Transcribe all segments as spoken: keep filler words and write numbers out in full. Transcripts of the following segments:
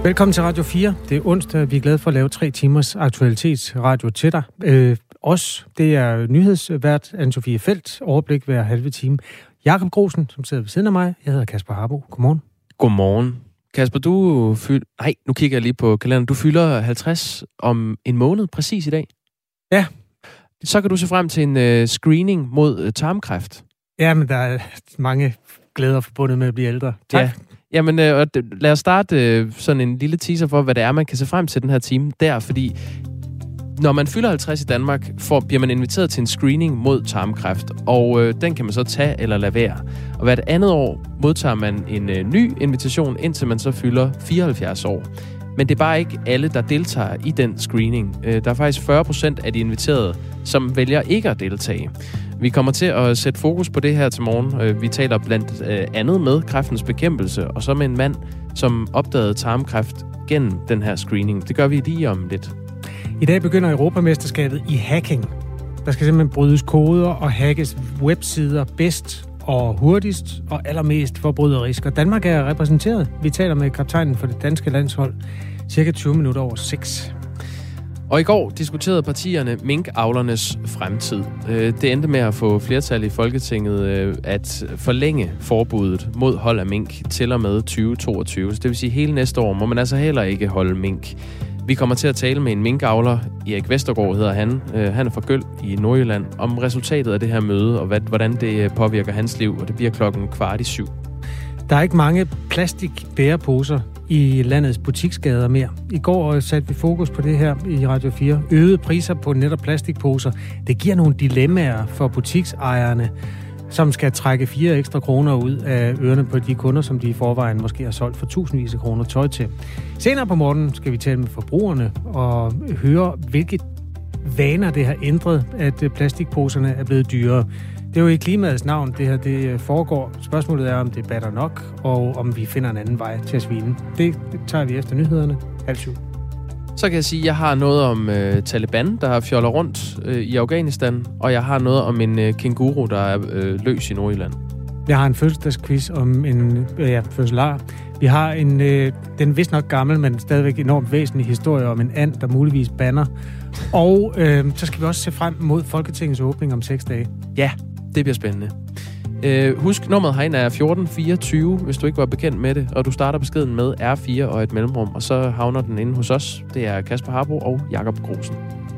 Velkommen til Radio fire. Det er onsdag. Vi er glade for at lave tre timers aktualitetsradio til dig. Øh, os, det er nyhedsvært Anne-Sophie Felt. Overblik hver halve time. Jakob Grosen, som sidder ved siden af mig. Jeg hedder Kasper Harbo. Godmorgen. Godmorgen. Kasper, du fylder... Nej, nu kigger jeg lige på kalenderen. Du fylder halvtreds om en måned, præcis i dag. Ja. Så kan du se frem til en uh, screening mod uh, tarmkræft. Ja, men der er mange glæder forbundet med at blive ældre. Tak. Ja. Jamen, øh, lad os starte øh, sådan en lille teaser for, hvad det er, man kan se frem til den her time der, fordi når man fylder halvtreds i Danmark, får, bliver man inviteret til en screening mod tarmkræft, og øh, den kan man så tage eller lade være. Og hvert andet år modtager man en øh, ny invitation, indtil man så fylder fireoghalvfjerds år. Men det er bare ikke alle, der deltager i den screening. Øh, der er faktisk fyrre procent af de inviterede, som vælger ikke at deltage. Vi kommer til at sætte fokus på det her til morgen. Vi taler blandt andet med kræftens bekæmpelse, og så med en mand, som opdagede tarmkræft gennem den her screening. Det gør vi lige om lidt. I dag begynder Europamesterskabet i hacking. Der skal simpelthen brydes koder og hackes websider bedst og hurtigst og allermest forbryderisk. Og Danmark er repræsenteret. Vi taler med kaptajnen for det danske landshold cirka tyve minutter over seks. Og i går diskuterede partierne minkavlernes fremtid. Det endte med at få flertal i Folketinget at forlænge forbuddet mod hold af mink til og med tyve toogtyve. Så det vil sige, at hele næste år må man altså heller ikke holde mink. Vi kommer til at tale med en minkavler, Erik Vestergaard hedder han. Han er fra Gøl i Nordjylland, om resultatet af det her møde, og hvordan det påvirker hans liv, og det bliver klokken kvart i syv. Der er ikke mange plastikbæreposer i landets butiksgader mere. I går satte vi fokus på det her i Radio fire. Øgede priser på netop plastikposer. Det giver nogle dilemmaer for butiksejerne, som skal trække fire ekstra kroner ud af ørerne på de kunder, som de i forvejen måske har solgt for tusindvis af kroner tøj til. Senere på morgenen skal vi tale med forbrugerne og høre, hvilke vaner det har ændret, at plastikposerne er blevet dyrere. Det er jo i klimaets navn, det her det foregår. Spørgsmålet er, om det batter nok, og om vi finder en anden vej til at svine. Det, det tager vi efter nyhederne. Halv syv. Så kan jeg sige, at jeg har noget om øh, Taliban, der fjoller rundt øh, i Afghanistan, og jeg har noget om en øh, kænguru, der er øh, løs i Nordjylland. Jeg har en fødselsdagsquiz om en øh, ja, fødselar. Vi har en, øh, den er vist nok gammel, men stadigvæk enormt væsentlig historie om en and, der muligvis banner. Og øh, så skal vi også se frem mod Folketingets åbning om seks dage. Ja, det bliver spændende. Uh, husk, nummeret herinde er fjorten fireogtyve, hvis du ikke var bekendt med det, og du starter beskeden med R fire og et mellemrum, og så havner den inde hos os. Det er Kasper Harbo og Jakob Grosen.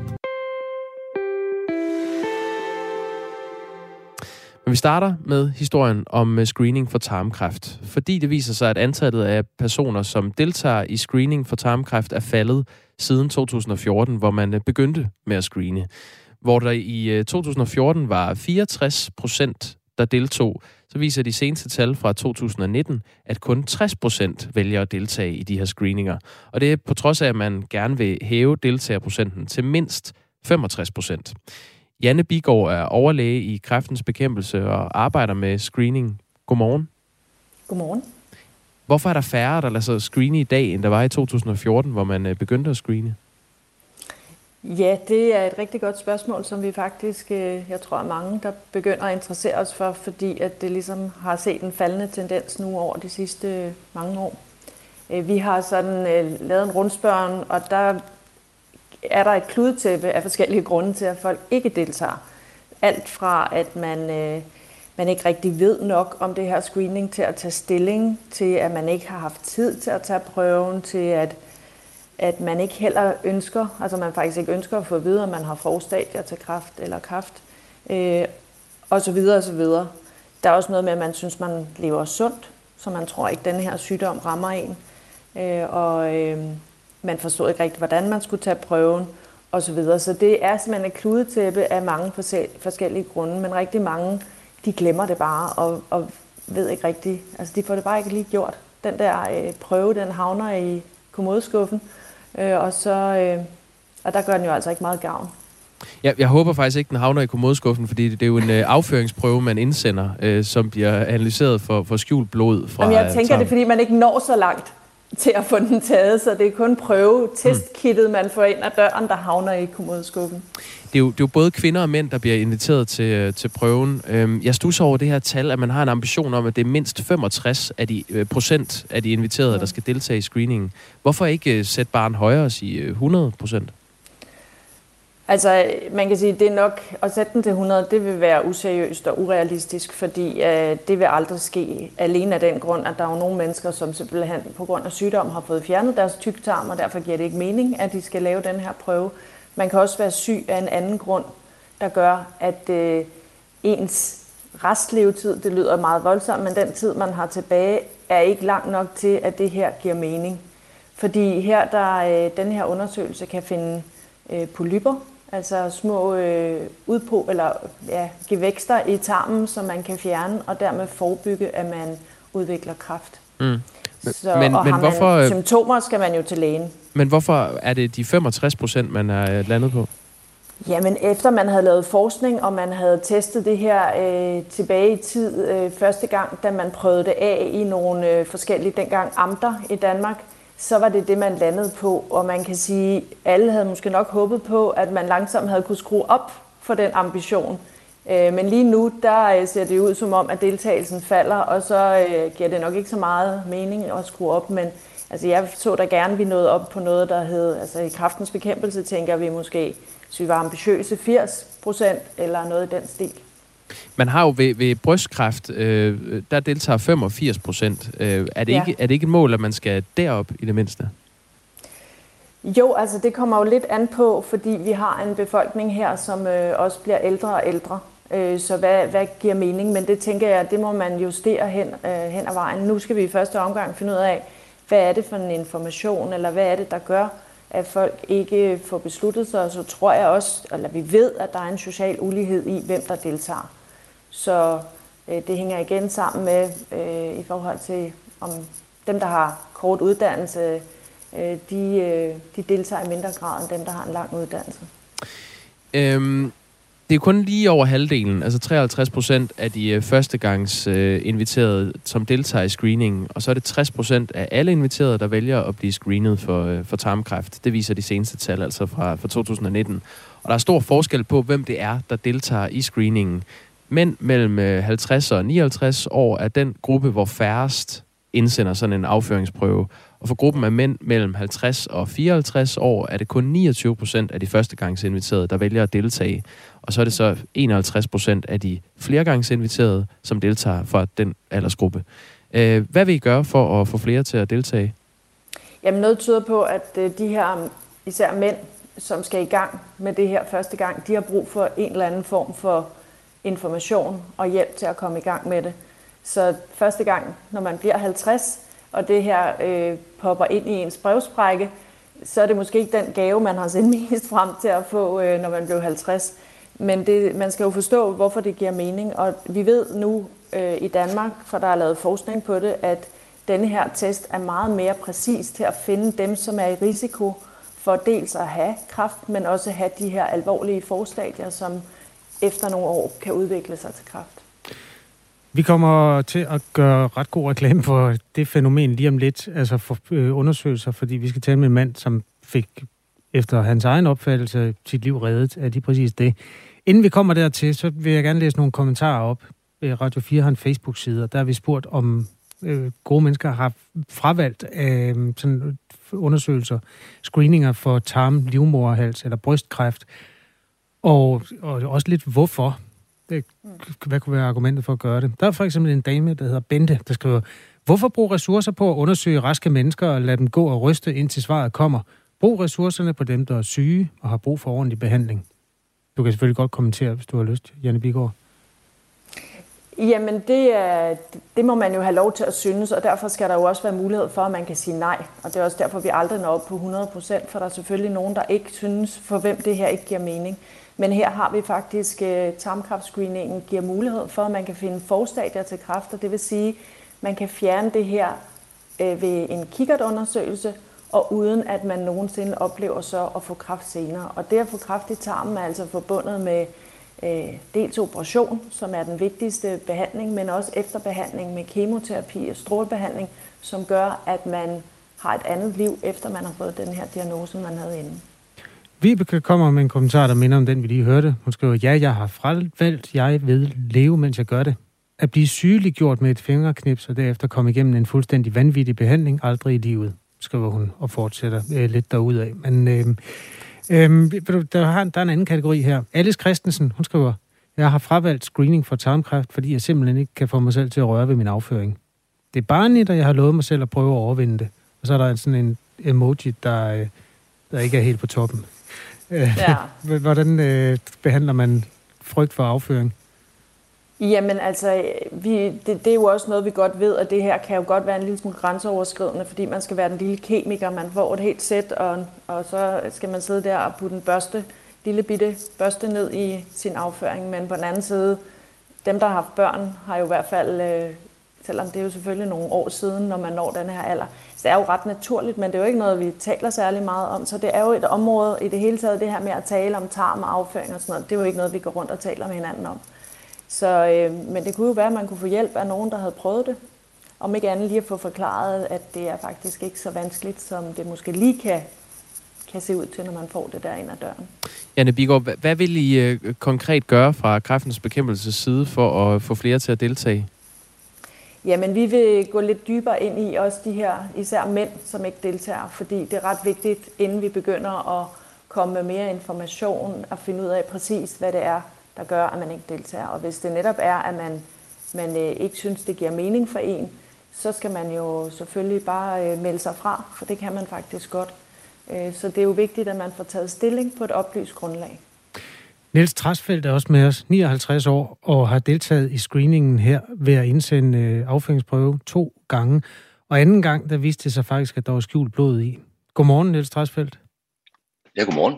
Men vi starter med historien om screening for tarmkræft, fordi det viser sig, at antallet af personer, som deltager i screening for tarmkræft, er faldet siden to tusind og fjorten, hvor man begyndte med at screene. Hvor der i to tusind og fjorten var fireogtres procent, der deltog, så viser de seneste tal fra to tusind og nitten, at kun tres procent vælger at deltage i de her screeninger. Og det er på trods af, at man gerne vil hæve deltagerprocenten til mindst femogtres procent. Janne Bigård er overlæge i kræftens bekæmpelse og arbejder med screening. Godmorgen. Godmorgen. Hvorfor er der færre, der lader sig screene i dag, end der var i to tusind og fjorten, hvor man begyndte at screene? Ja, det er et rigtig godt spørgsmål, som vi faktisk, jeg tror, er mange, der begynder at interessere os for, fordi at det ligesom har set en faldende tendens nu over de sidste mange år. Vi har sådan lavet en rundspørgen, og der er der et kludetæppe af forskellige grunde til, at folk ikke deltager. Alt fra, at man, man ikke rigtig ved nok om det her screening til at tage stilling, til at man ikke har haft tid til at tage prøven, til at at man ikke heller ønsker, altså man faktisk ikke ønsker at få at vide, om man har forstadier til kræft eller kræft, øh, og så videre og så videre. Der er også noget med, at man synes, man lever sundt, så man tror ikke, at denne her sygdom rammer en, øh, og øh, man forstod ikke rigtigt, hvordan man skulle tage prøven, og så videre. Så det er simpelthen et kludetæppe af mange forskellige grunde, men rigtig mange, de glemmer det bare, og, og ved ikke rigtigt, altså de får det bare ikke lige gjort. Den der øh, prøve, den havner i kommodeskuffen, Øh, og så øh, og der gør den jo altså ikke meget gavn. Ja, jeg håber faktisk ikke, den havner i kommodeskuffen, fordi det er jo en øh, afføringsprøve, man indsender, øh, som bliver analyseret for, for skjult blod fra. Jamen, jeg tænker, tarm. det er, fordi man ikke når så langt. til at få den taget, så det er kun prøvetestkittet, man får ind ad døren, der havner i kommodeskuffen. Det er, jo, det er jo både kvinder og mænd, der bliver inviteret til, til prøven. Jeg studser over det her tal, at man har en ambition om, at det er mindst femogtres af de, procent af de inviterede, mm. der skal deltage i screeningen. Hvorfor ikke sætte barren højere og sige hundrede procent? Altså, man kan sige, at det er nok at sætte den til hundrede, det vil være useriøst og urealistisk, fordi øh, det vil aldrig ske alene af den grund, at der er jo nogle mennesker, som simpelthen på grund af sygdom har fået fjernet deres tyktarm, og derfor giver det ikke mening, at de skal lave den her prøve. Man kan også være syg af en anden grund, der gør, at øh, ens restlevetid, det lyder meget voldsomt, men den tid, man har tilbage, er ikke lang nok til, at det her giver mening. Fordi her, der øh, den her undersøgelse kan finde øh, polypper, altså små øh, udpå, eller ja, gevækster i tarmen, som man kan fjerne, og dermed forebygge, at man udvikler kræft. Mm. Så, men, og men har hvorfor, man symptomer, skal man jo til lægen. Men hvorfor er det de femogtres procent, man er landet på? Jamen, efter man havde lavet forskning, og man havde testet det her øh, tilbage i tid, øh, første gang, da man prøvede det af i nogle øh, forskellige, dengang amter i Danmark, så var det det, man landede på. Og man kan sige, at alle havde måske nok håbet på, at man langsomt havde kunne skrue op for den ambition. Øh, men lige nu, der øh, ser det ud som om, at deltagelsen falder, og så øh, giver det nok ikke så meget mening at skrue op. Men altså, jeg så da gerne, at vi nåede op på noget, der hed, altså i kræftens bekæmpelse, tænker vi måske, hvis vi var ambitiøse firs procent eller noget i den stil. Man har jo ved, ved brystkræft, øh, der deltager femogfirs procent. Øh, er, det ja. ikke, er det ikke et mål, at man skal derop i det mindste? Jo, altså det kommer jo lidt an på, fordi vi har en befolkning her, som øh, også bliver ældre og ældre. Øh, så hvad, hvad giver mening? Men det tænker jeg, det må man justere hen, øh, hen ad vejen. Nu skal vi i første omgang finde ud af, hvad er det for en information, eller hvad er det, der gør, at folk ikke får besluttet sig. Og så tror jeg også, eller vi ved, at der er en social ulighed i, hvem der deltager. Så øh, det hænger igen sammen med, øh, i forhold til, om dem, der har kort uddannelse, øh, de, øh, de deltager i mindre grad end dem, der har en lang uddannelse. Øhm, det er kun lige over halvdelen, altså treoghalvtreds procent af de øh, førstegangs øh, inviterede, som deltager i screeningen, og så er det tres procent af alle inviterede, der vælger at blive screenet for, øh, for tarmkræft. Det viser de seneste tal, altså fra, fra to tusind nitten. Og der er stor forskel på, hvem det er, der deltager i screeningen. Mænd mellem halvtreds og nioghalvtreds år er den gruppe, hvor færrest indsender sådan en afføringsprøve. Og for gruppen af mænd mellem halvtreds og fireoghalvtreds år er det kun niogtyve procent af de førstegangsinviterede, der vælger at deltage. Og så er det så enoghalvtreds procent af de flergangsinviterede, som deltager fra den aldersgruppe. Hvad vil I gøre for at få flere til at deltage? Jamen noget tyder på, at de her især mænd, som skal i gang med det her første gang, de har brug for en eller anden form for information og hjælp til at komme i gang med det. Så første gang, når man bliver halvtreds, og det her øh, popper ind i ens brevsprække, så er det måske ikke den gave, man har set mest frem til at få, øh, når man blev halvtreds. Men det, man skal jo forstå, hvorfor det giver mening. Og vi ved nu øh, i Danmark, for der er lavet forskning på det, at denne her test er meget mere præcis til at finde dem, som er i risiko for dels at have kræft, men også have de her alvorlige forstadier, som efter nogle år kan udvikle sig til kræft. Vi kommer til at gøre ret god reklame for det fænomen lige om lidt, altså for øh, undersøgelser, fordi vi skal tale med en mand, som fik efter hans egen opfattelse sit liv reddet af lige præcis det. Inden vi kommer dertil, så vil jeg gerne læse nogle kommentarer op. Radio fire har en Facebook-side, og der har vi spurgt, om øh, gode mennesker har fravalgt øh, sådan undersøgelser, screeninger for tarm, livmoderhals eller brystkræft, og, og også lidt hvorfor. Det, hvad kunne være argumentet for at gøre det? Der er for eksempel en dame, der hedder Bente, der skriver, hvorfor bruge ressourcer på at undersøge raske mennesker og lade dem gå og ryste, indtil svaret kommer? Brug ressourcerne på dem, der er syge og har brug for ordentlig behandling. Du kan selvfølgelig godt kommentere, hvis du har lyst, Janne Biggaard. Jamen, det, er, det må man jo have lov til at synes, og derfor skal der jo også være mulighed for, at man kan sige nej. Og det er også derfor, vi aldrig når op på hundrede procent, for der er selvfølgelig nogen, der ikke synes, for hvem det her ikke giver mening. Men her har vi faktisk, uh, tarmkræftscreeningen giver mulighed for, at man kan finde forstadier til kræft, og det vil sige, at man kan fjerne det her uh, ved en kikkertundersøgelse, og uden at man nogensinde oplever så at få kræft senere. Og det at få kræft i tarmen er altså forbundet med uh, dels operation, som er den vigtigste behandling, men også efterbehandling med kemoterapi og strålebehandling, som gør, at man har et andet liv, efter man har fået den her diagnose, man havde inden. Vibeke kommer med en kommentar, der minder om den, vi lige hørte. Hun skriver, ja, jeg har fravalgt, jeg vil leve, mens jeg gør det. At blive sygeliggjort med et fingerknips, og derefter komme igennem en fuldstændig vanvittig behandling, aldrig i livet, skriver hun og fortsætter øh, lidt derudad. Men øh, øh, der, har, der er en anden kategori her. Alice Christensen, hun skriver, jeg har fravalgt screening for tarmkræft, fordi jeg simpelthen ikke kan få mig selv til at røre ved min afføring. Det er barnligt, og jeg har lovet mig selv at prøve at overvinde det. Og så er der sådan en emoji, der, der ikke er helt på toppen. Ja. Hvordan øh, behandler man frygt for afføring? Jamen altså, vi, det, det er jo også noget, vi godt ved, og det her kan jo godt være en lille smule grænseoverskridende, fordi man skal være den lille kemiker, man får et helt sæt, og, og så skal man sidde der og putte en børste, lille bitte børste ned i sin afføring. Men på den anden side, dem, der har haft børn, har jo i hvert fald, øh, selvom det er jo selvfølgelig nogle år siden, når man når den her alder, så det er jo ret naturligt, men det er jo ikke noget, vi taler særlig meget om. Så det er jo et område i det hele taget, det her med at tale om tarm og afføring og sådan noget, det er jo ikke noget, vi går rundt og taler med hinanden om. Så, øh, men det kunne jo være, at man kunne få hjælp af nogen, der havde prøvet det. Om ikke andet lige at få forklaret, at det er faktisk ikke så vanskeligt, som det måske lige kan, kan se ud til, når man får det der ind ad døren. Janne Biggaard, hvad, hvad vil I øh, konkret gøre fra Kræftens Bekæmpelses side for at få flere til at deltage? Jamen, vi vil gå lidt dybere ind i også de her, især mænd, som ikke deltager, fordi det er ret vigtigt, inden vi begynder at komme med mere information og finde ud af præcis, hvad det er, der gør, at man ikke deltager. Og hvis det netop er, at man, man øh, ikke synes, det giver mening for en, så skal man jo selvfølgelig bare øh, melde sig fra, for det kan man faktisk godt. Øh, så det er jo vigtigt, at man får taget stilling på et oplyst grundlag. Niels Trasfeldt er også med os, nioghalvtreds år, og har deltaget i screeningen her ved at indsende øh, afføringsprøve to gange. Og anden gang, der viste det sig faktisk, at der var skjult blod i. Godmorgen, Niels Trasfeldt. Ja, godmorgen.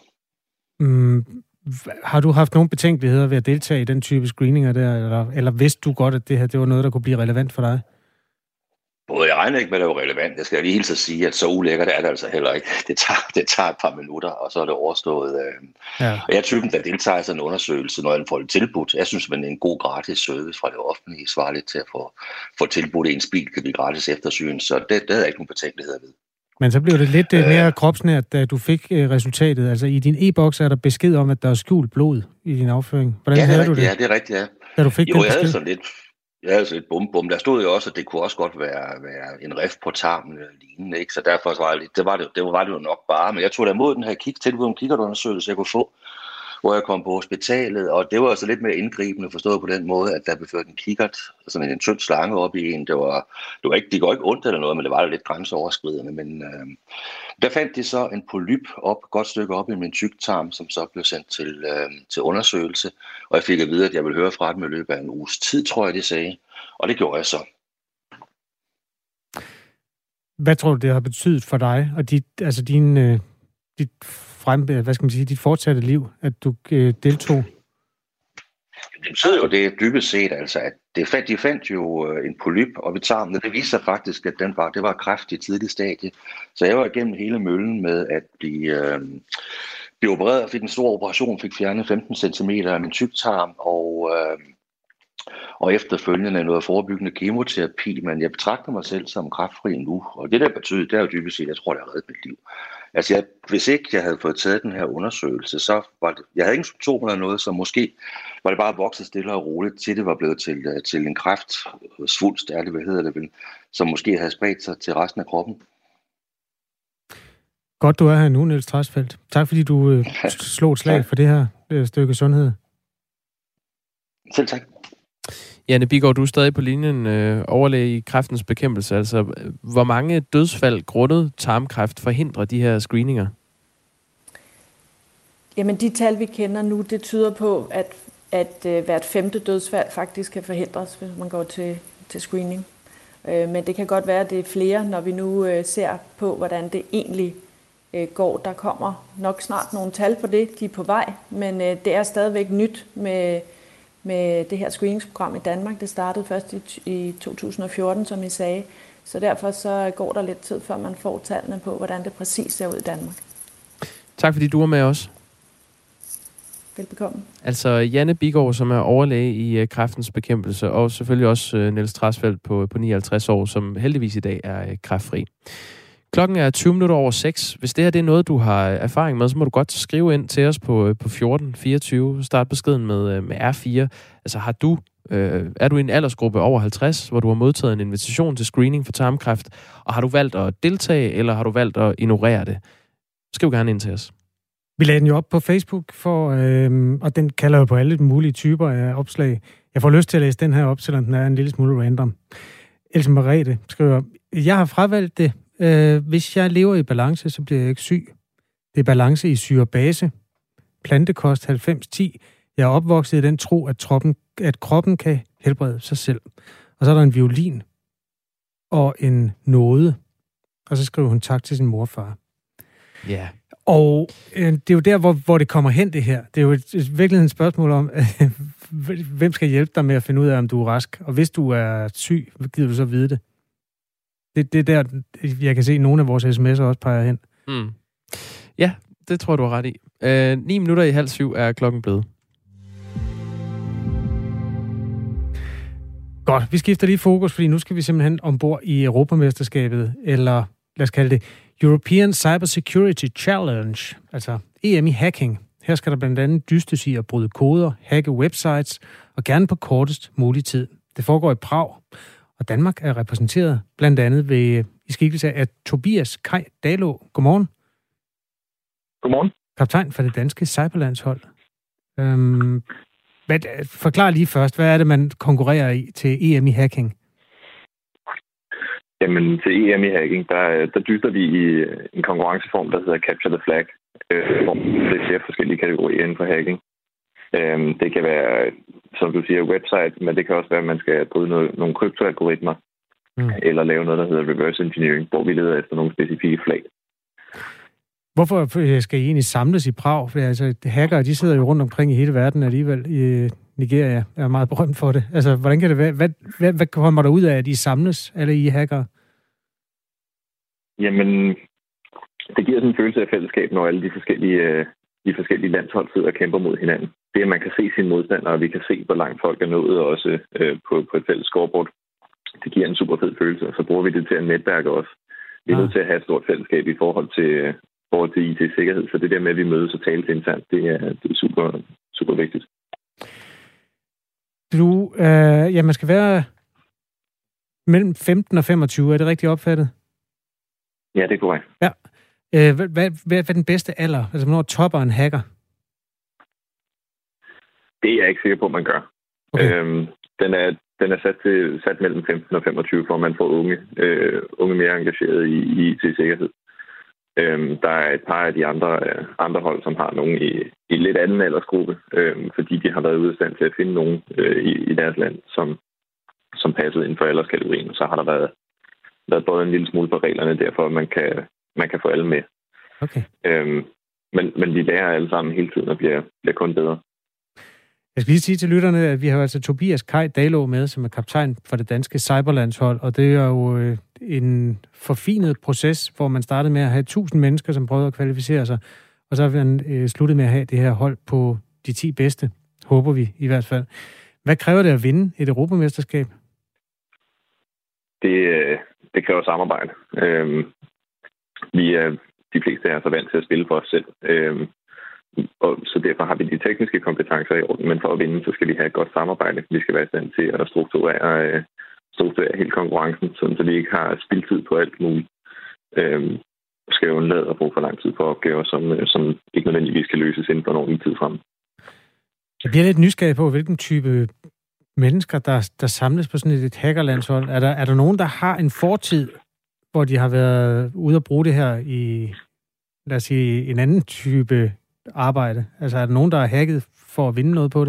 Mm, har du haft nogle betænkeligheder ved at deltage i den type screeninger der, eller, eller vidste du godt, at det her det var noget, der kunne blive relevant for dig? Både jeg regner ikke med, at det var relevant. Jeg skal lige hilse at sige, at så ulækkert er det altså heller ikke. Det tager, det tager et par minutter, og så er det overstået. Ja. Og jeg er typen, der deltager i sådan en undersøgelse, når jeg får det tilbudt. Jeg synes, man er en god gratis service fra det offentlige, svarligt til at få, få tilbudt ens bil, kan blive gratis eftersyn. Så det, det havde jeg ikke nogen betænkeligheder ved. Men så blev det lidt øh, mere kropsnært, da du fik øh, resultatet. Altså i din e-boks er der besked om, at der er skjult blod i din afføring. Hvordan ja, havde rigtigt, du det? Ja, det er rigtigt, ja. Da du fik jo, den jeg besked? havde sådan lidt... Jeg havde sådan et bum-bum. Der stod jo også, at det kunne også godt være, være en ref på tarmen eller lignende, ikke? Så derfor var det, det, var det, det var det jo nok bare. Men jeg tog da imod den her kig, tilbud om kikkertundersøgelse, jeg kunne få, hvor jeg kom på hospitalet, og det var altså lidt mere indgribende forstået på den måde, at der blev ført en kikkert, sådan en tynd slange op i en. Det var, det var ikke, det går ikke ondt eller noget, men det var lidt grænseoverskridende. Men øh, der fandt de så en polyp op, et godt stykke op i min tyktarm, som så blev sendt til, øh, til undersøgelse, og jeg fik at vide, at jeg ville høre fra dem i løbet af en uges tid, tror jeg, de sagde. Og det gjorde jeg så. Hvad tror du, det har betydet for dig, og dit, altså din, øh, dit, frem, hvad skal man sige, dit fortsatte liv, at du øh, deltog? Det betyder jo det dybest set, altså, at det fandt, de fandt jo en polyp op i tarmen, og det viste sig faktisk, at den var, det var kræft i tidlig stadie. Så jeg var igennem hele møllen med at blive, øh, blive opereret og fik en stor operation, fik fjernet femten centimeter af min tyktarm, og... Øh, Og efterfølgende noget forebyggende kemoterapi, men jeg betragter mig selv som kræftfri nu. Og det der betyder, det er jo dybest set, jeg tror, det har reddet mit liv. Altså, jeg, hvis ikke jeg havde fået taget den her undersøgelse, så var det, jeg havde ingen symptomer eller noget, så måske var det bare vokset stille og roligt, til det var blevet til, til en kræftsvulst, er det, hvad hedder det vel, som måske havde spredt sig til resten af kroppen. Godt, du er her nu, Niels Trasfeldt. Tak, fordi du øh, slog et slag for det her øh, stykke sundhed. Selv tak. Janne Biggaard, du er stadig på linjen, øh, overlæge i Kræftens Bekæmpelse. Altså, hvor mange dødsfald grundet tarmkræft forhindrer de her screeninger? Jamen, de tal, vi kender nu, det tyder på, at, at øh, hvert femte dødsfald faktisk kan forhindres, hvis man går til, til screening. Øh, men det kan godt være, at det er flere, når vi nu øh, ser på, hvordan det egentlig øh, går. Der kommer nok snart nogle tal på det, de er på vej, men øh, det er stadigvæk nyt med... med det her screeningsprogram i Danmark. Det startede først i, i to tusind og fjorten, som I sagde. Så derfor så går der lidt tid, før man får tallene på, hvordan det præcis ser ud i Danmark. Tak fordi du var med os. Velbekomme. Altså Janne Biggaard, som er overlæge i uh, Kræftens Bekæmpelse, og selvfølgelig også uh, Niels Trasfeldt på, på nioghalvtreds år, som heldigvis i dag er uh, kræftfri. Klokken er tyve minutter over seks. Hvis det her det er noget, du har erfaring med, så må du godt skrive ind til os på, på fjorten fireogtyve. Start beskeden med, med R fire. Altså har du, øh, er du i en aldersgruppe over halvtreds, hvor du har modtaget en invitation til screening for tarmkræft, og har du valgt at deltage, eller har du valgt at ignorere det? Skriv gerne ind til os. Vi lagde den jo op på Facebook, for, øh, og den kalder jo på alle mulige typer af opslag. Jeg får lyst til at læse den her op, selvom den er en lille smule random. Else Merete skriver, jeg har fravalgt det. Øh, hvis jeg lever i balance, så bliver jeg ikke syg. Det er balance i syre-base. Plantekost halvfems ti. Jeg er opvokset i den tro, at, troppen, at kroppen kan helbrede sig selv. Og så er der en violin og en nåde. Og så skriver hun tak til sin morfar. Ja. Yeah. Og øh, det er jo der, hvor, hvor det kommer hen, det her. Det er jo et, et, virkelig et spørgsmål om, øh, hvem skal hjælpe dig med at finde ud af, om du er rask? Og hvis du er syg, gider du så vide det? Det, det er der, jeg kan se, at nogle af vores sms'er også peger hen. Mm. Ja, det tror jeg, du har ret i. Øh, ni minutter i halv syv er klokken blevet. Godt, vi skifter lige fokus, fordi nu skal vi simpelthen ombord i Europamesterskabet, eller lad os kalde det European Cybersecurity Challenge, altså E M i hacking. Her skal der blandt andet dystes i at bryde koder, hacke websites, og gerne på kortest mulig tid. Det foregår i Prag, og Danmark er repræsenteret blandt andet ved, i skikkelse af Tobias Kaj Dalå. Godmorgen. Godmorgen. Kaptajn for det danske cyberlandshold. Øhm, hvad, forklar lige først, hvad er det, man konkurrerer i til E M i hacking? Jamen, til E M i hacking, der, der dyster vi i en konkurrenceform, der hedder Capture the Flag, øh, hvor det er flere forskellige kategorier inden for hacking. Øhm, det kan være, som du siger, website, men det kan også være, at man skal bryde noget, nogle kryptoalgoritmer, mm. eller lave noget, der hedder reverse engineering, hvor vi leder efter nogle specifikke flag. Hvorfor skal I egentlig samles i Prag? For altså, hackere, de sidder jo rundt omkring i hele verden alligevel. I Nigeria er meget berømt for det. Altså, hvordan kan det være? Hvad, hvad, hvad kommer der ud af, at I samles, eller I hackere? Jamen, det giver sådan en følelse af fællesskab, når alle de forskellige, de forskellige landshold sidder og kæmper mod hinanden. Det, at man kan se sine modstandere, og vi kan se, hvor langt folk er nået, også øh, på, på et fælles scoreboard, det giver en super fed følelse, og så bruger vi det til at netværke også. Vi er ja. nødt til at have et stort fællesskab i forhold til, forhold til I T-sikkerhed, så det der med, at vi mødes og tales internt, det er, det er super, super vigtigt. Du, øh, ja, man skal være mellem femten og femogtyve, er det rigtigt opfattet? Ja, det er korrekt. Ja. Øh, hvad, hvad, hvad er den bedste alder? Altså, hvornår topper en hacker? Det er jeg ikke sikker på, man gør. Okay. Øhm, den er, den er sat, til, sat mellem femten og femogtyve, for at man får unge, øh, unge mere engageret i, i I T-sikkerhed. Øhm, der er et par af de andre, øh, andre hold, som har nogen i, i lidt anden aldersgruppe, øh, fordi de har været ude af stand til at finde nogen øh, i, i deres land, som, som passede inden for alderskategorien. Så har der været, været både en lille smule på reglerne, derfor man kan, man kan få alle med. Okay. Øhm, men, men vi lærer alle sammen hele tiden og bliver, bliver kun bedre. Jeg skal lige sige til lytterne, at vi har altså Tobias Kaj Dalå med, som er kaptajn for det danske cyberlandshold, og det er jo øh, en forfinet proces, hvor man startede med at have tusind mennesker, som prøvede at kvalificere sig, og så har man øh, sluttet med at have det her hold på de ti bedste, håber vi i hvert fald. Hvad kræver det at vinde et europamesterskab? Det, det kræver samarbejde. Øhm, vi er de fleste er så vant til at spille for os selv, øhm, og så derfor har vi de tekniske kompetencer i orden, men for at vinde, så skal vi have et godt samarbejde. Vi skal være i stand til at strukturere, strukturere hele konkurrencen, sådan så vi ikke har spildtid på alt muligt. Øhm, skal undlade at bruge for lang tid på opgaver, som, som ikke nødvendigvis kan løses inden for en ordentlig tid frem. Jeg bliver lidt nysgerrig på, hvilken type mennesker, der, der samles på sådan et hackerlandshold. Er der, er der nogen, der har en fortid, hvor de har været ude at bruge det her i, lad os sige, en anden type arbejde? Altså, er der nogen, der har hacket for at vinde noget på det?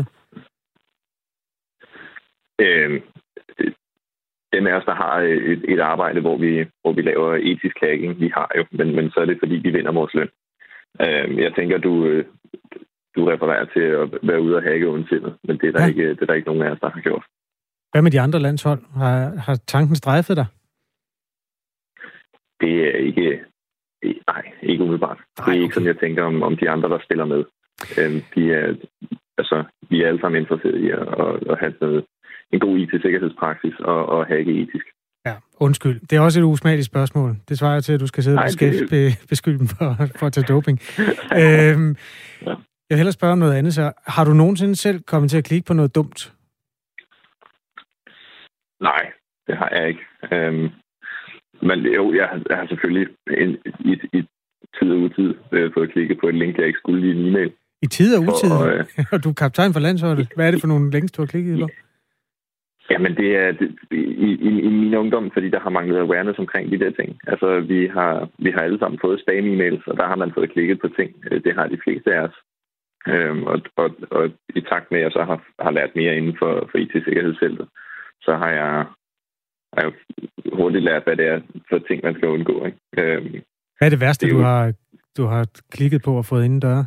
Øhm, det dem af os, der har et, et arbejde, hvor vi, hvor vi laver etisk hacking, vi har jo, men, men så er det, fordi vi vinder vores løn. Øhm, jeg tænker, du, du refererer til at være ude og hacke ondsindet, men det er, der ja. ikke, det er der ikke nogen af os, der har gjort. Hvad med de andre landshold? Har, har tanken strejfet dig? Det er ikke... Nej, ikke umiddelbart. Nej, det er ikke sådan, jeg tænker om, om de andre, der spiller med. Øhm, de er, altså, vi er alle sammen interesseret i at, at, at have noget, en god I T-sikkerhedspraksis og, og hacke etisk. Ja, undskyld. Det er også et usmageligt spørgsmål. Det svarer til, at du skal sidde Nej, og beskæft, det... beskylde dem for, for at tage doping. øhm, ja. Jeg vil hellere spørge om noget andet. Så har du nogensinde selv kommet til at klikke på noget dumt? Nej, det har jeg ikke. Øhm, men jo, jeg har, jeg har selvfølgelig en, i, i tid og utid øh, fået klikket på et link, jeg ikke skulle i en e-mail. I tid og utid? Og øh, du er kaptajn for landsholdet. Hvad er det for nogle links, du har klikket i? Jamen, det er det, i, i, i min ungdom, fordi der har manglet awareness omkring de der ting. Altså, vi har, vi har alle sammen fået spam-e-mails, og der har man fået klikket på ting. Det har de fleste af os. Øhm, og, og, og i takt med, at jeg så har, har lært mere inden for, for I T-sikkerhedsfeltet, så har jeg, har jeg hurtigt lært, hvad det er for ting, man skal undgå. Ikke? Øhm, hvad er det værste, det er jo... du, har, du har klikket på og fået inden døre?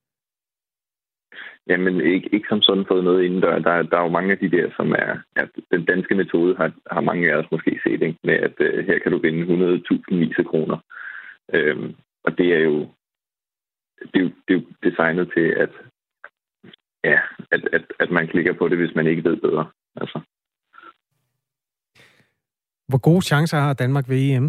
Jamen, ikke, ikke som sådan fået noget inden dør. Der, der er jo mange af de der, som er... Ja, den danske metode har, har mange af os måske set, ikke? Med at uh, her kan du vinde hundrede tusind vis af kroner. Øhm, og det er jo... Det er jo, det er jo designet til, at, ja, at, at, at man klikker på det, hvis man ikke ved bedre. Altså. Hvor gode chancer har Danmark ved E M?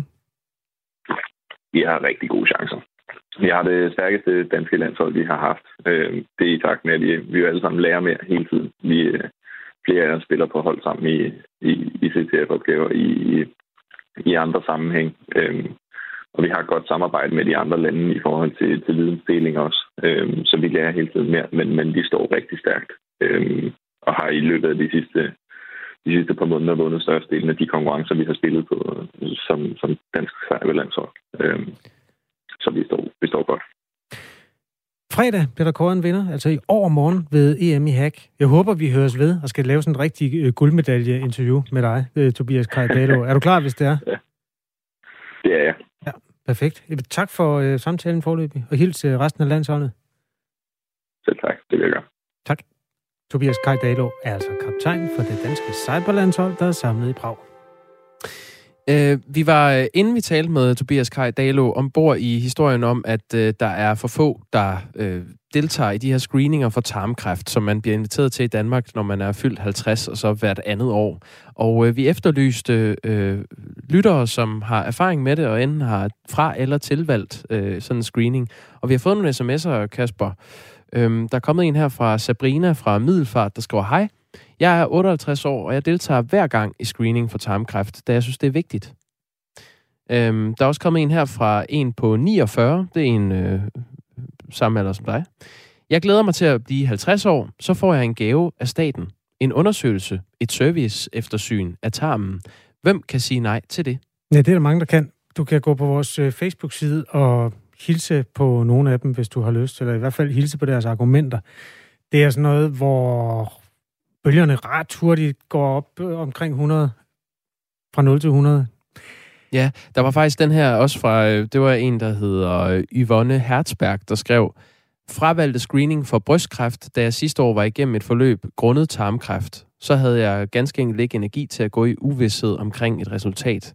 Vi har rigtig gode chancer. Vi har det stærkeste danske landshold, vi har haft. Det er i takt med, at vi, vi jo alle sammen lærer mere hele tiden. Vi, flere af os spiller på hold sammen i, i, i C T F-opgaver i, i andre sammenhæng. Og vi har et godt samarbejde med de andre lande i forhold til, til vidensdeling også. Så vi lærer hele tiden mere, men, men vi står rigtig stærkt. Og har i løbet af de sidste, de sidste par måneder vundet størstedelen af de konkurrencer, vi har spillet på som, som dansk cyberlandshold. Så vi står, vi står godt. Fredag bliver der kåret en vinder, altså i overmorgen ved E M i hack. Jeg håber, vi høres ved og skal lave sådan en rigtig guldmedalje-interview med dig, Tobias Kajdalo. Er du klar, hvis det er? Ja, det er jeg. Ja, perfekt. Tak for uh, samtalen forløbig, og hils uh, resten af landsholdet. Selv tak, det vil jeg gøre. Tak. Tobias Kajdalo er altså kaptajn for det danske cyberlandshold, der er samlet i Prag. Uh, vi var, inden vi talte med Tobias Kajdalo, ombord i historien om, at uh, der er for få, der uh, deltager i de her screeninger for tarmkræft, som man bliver inviteret til i Danmark, når man er fyldt halvtreds, og så hvert andet år. Og uh, vi efterlyste uh, lyttere, som har erfaring med det, og enten har fra- eller tilvalgt uh, sådan en screening. Og vi har fået nogle sms'er, Kasper. Um, der er kommet en her fra Sabrina fra Middelfart, der skriver: Hej, jeg er otteoghalvtreds år, og jeg deltager hver gang i screening for tarmkræft, da jeg synes, det er vigtigt. Øhm, der er også kommet en her fra en på niogfyrre. Det er en øh, samme alder som dig. Jeg glæder mig til at blive halvtreds år, så får jeg en gave af staten. En undersøgelse, et service eftersyn af tarmen. Hvem kan sige nej til det? Ja, det er der mange, der kan. Du kan gå på vores Facebook-side og hilse på nogle af dem, hvis du har lyst, eller i hvert fald hilse på deres argumenter. Det er sådan noget, hvor bølgerne ret hurtigt går op omkring hundrede, fra nul til hundrede. Ja, der var faktisk den her også fra, det var en, der hedder Yvonne Hertzberg, der skrev: Fravalgte screening for brystkræft, da jeg sidste år var igennem et forløb grundet tarmkræft. Så havde jeg ganske enkelt ikke energi til at gå i uvished omkring et resultat.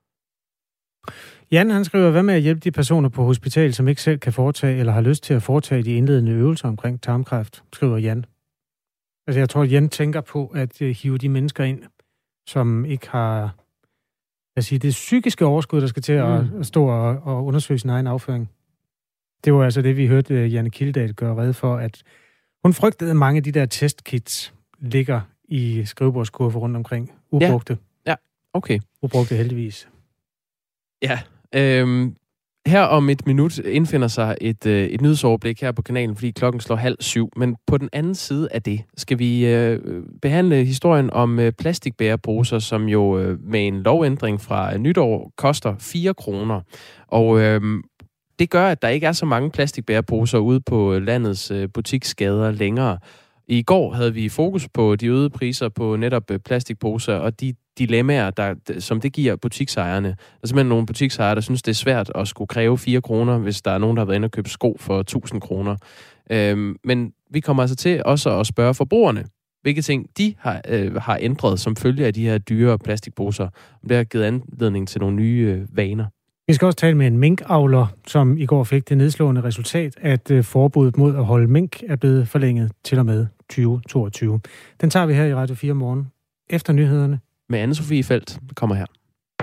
Jan, han skriver: Hvad med at hjælpe de personer på hospital, som ikke selv kan foretage eller har lyst til at foretage de indledende øvelser omkring tarmkræft, skriver Jan. Altså, jeg tror, at Jan tænker på at uh, hive de mennesker ind, som ikke har, jeg siger, det psykiske overskud, der skal til at, mm. at stå og, og undersøge sin egen afføring. Det var altså det, vi hørte uh, Janne Kildahl gøre rede for, at hun frygtede, at mange af de der testkits ligger i skrivebordskurver rundt omkring. Ubrugte. Ja, ja. Okay. Ubrugte heldigvis. Ja, øhm, her om et minut indfinder sig et, øh, et nyhedsoverblik her på kanalen, fordi klokken slår halv syv. Men på den anden side af det skal vi øh, behandle historien om øh, plastikbæreposer, som jo øh, med en lovændring fra øh, nytår koster fire kroner. Og øh, det gør, at der ikke er så mange plastikbæreposer ude på landets øh, butiksgader længere. I går havde vi fokus på de øgede priser på netop plastikposer og de dilemmaer, der, som det giver butiksejerne. Der er simpelthen nogle butiksejere, der synes, det er svært at skulle kræve fire kroner, hvis der er nogen, der har været inde og købe sko for tusind kroner. Øhm, men vi kommer altså til også at spørge forbrugerne, hvilke ting de har, øh, har ændret som følge af de her dyre plastikposer. Om det har givet anledning til nogle nye øh, vaner. Vi skal også tale med en minkavler, som i går fik det nedslående resultat, at øh, forbuddet mod at holde mink er blevet forlænget til og med tyve toogtyve. Den tager vi her i Radio fire morgen efter nyhederne. Med Anne-Sophie Feldt kommer her.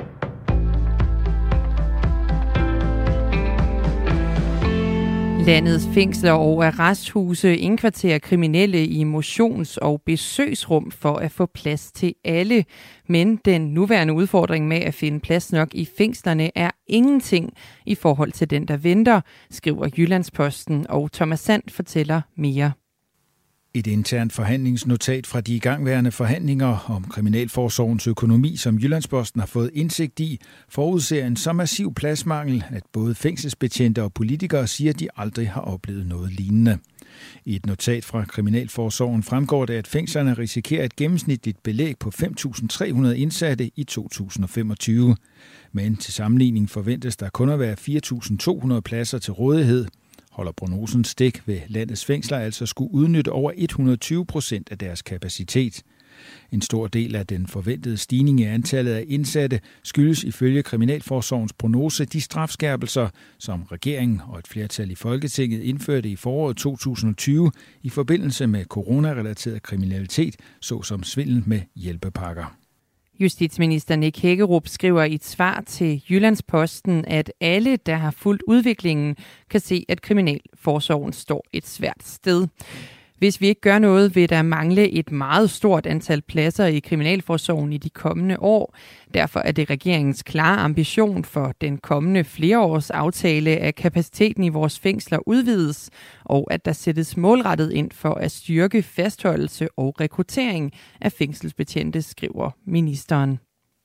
Landets fængsler og arresthuse indkvarterer kriminelle i motions- og besøgsrum for at få plads til alle. Men den nuværende udfordring med at finde plads nok i fængslerne er ingenting i forhold til den, der venter, skriver Jyllandsposten, og Thomas Sand fortæller mere. Et internt forhandlingsnotat fra de igangværende forhandlinger om kriminalforsorgens økonomi, som Jyllandsposten har fået indsigt i, forudser en så massiv pladsmangel, at både fængselsbetjente og politikere siger, at de aldrig har oplevet noget lignende. I et notat fra kriminalforsorgen fremgår det, at fængslerne risikerer et gennemsnitligt belæg på fem tusind tre hundrede indsatte i to tusind og femogtyve. Men til sammenligning forventes der kun at være fire tusind to hundrede pladser til rådighed. Holder prognosen stik, vil landets fængsler altså skulle udnytte over et hundrede og tyve procent af deres kapacitet. En stor del af den forventede stigning i antallet af indsatte skyldes ifølge kriminalforsorgens prognose de strafskærpelser, som regeringen og et flertal i Folketinget indførte i foråret to tusind og tyve i forbindelse med coronarelateret kriminalitet, såsom svindel med hjælpepakker. Justitsminister Nick Hækkerup skriver i et svar til Jyllandsposten, at alle, der har fulgt udviklingen, kan se, at kriminalforsorgen står et svært sted. Hvis vi ikke gør noget, vil der mangle et meget stort antal pladser i kriminalforsorgen i de kommende år. Derfor er det regeringens klare ambition for den kommende flereårs aftale, at kapaciteten i vores fængsler udvides, og at der sættes målrettet ind for at styrke fastholdelse og rekruttering af fængselsbetjente, skriver ministeren.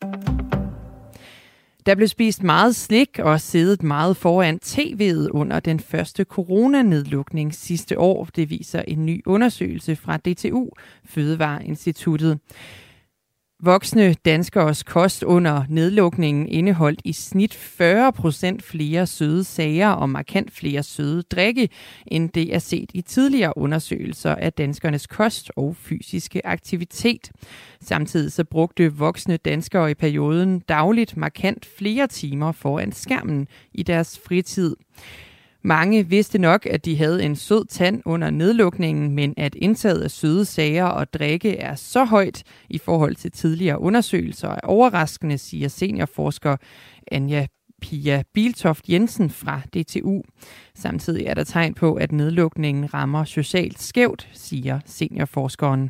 Der blev spist meget slik og siddet meget foran tv'et under den første coronanedlukning sidste år. Det viser en ny undersøgelse fra D T U, Fødevareinstituttet. Voksne danskeres kost under nedlukningen indeholdt i snit fyrre procent flere søde sager og markant flere søde drikke, end det er set i tidligere undersøgelser af danskernes kost og fysiske aktivitet. Samtidig så brugte voksne danskere i perioden dagligt markant flere timer foran skærmen i deres fritid. Mange vidste nok, at de havde en sød tand under nedlukningen, men at indtaget af søde sager og drikke er så højt i forhold til tidligere undersøgelser er overraskende, siger seniorforsker Anja Pia Biltoft Jensen fra D T U. Samtidig er der tegn på, at nedlukningen rammer socialt skævt, siger seniorforskeren.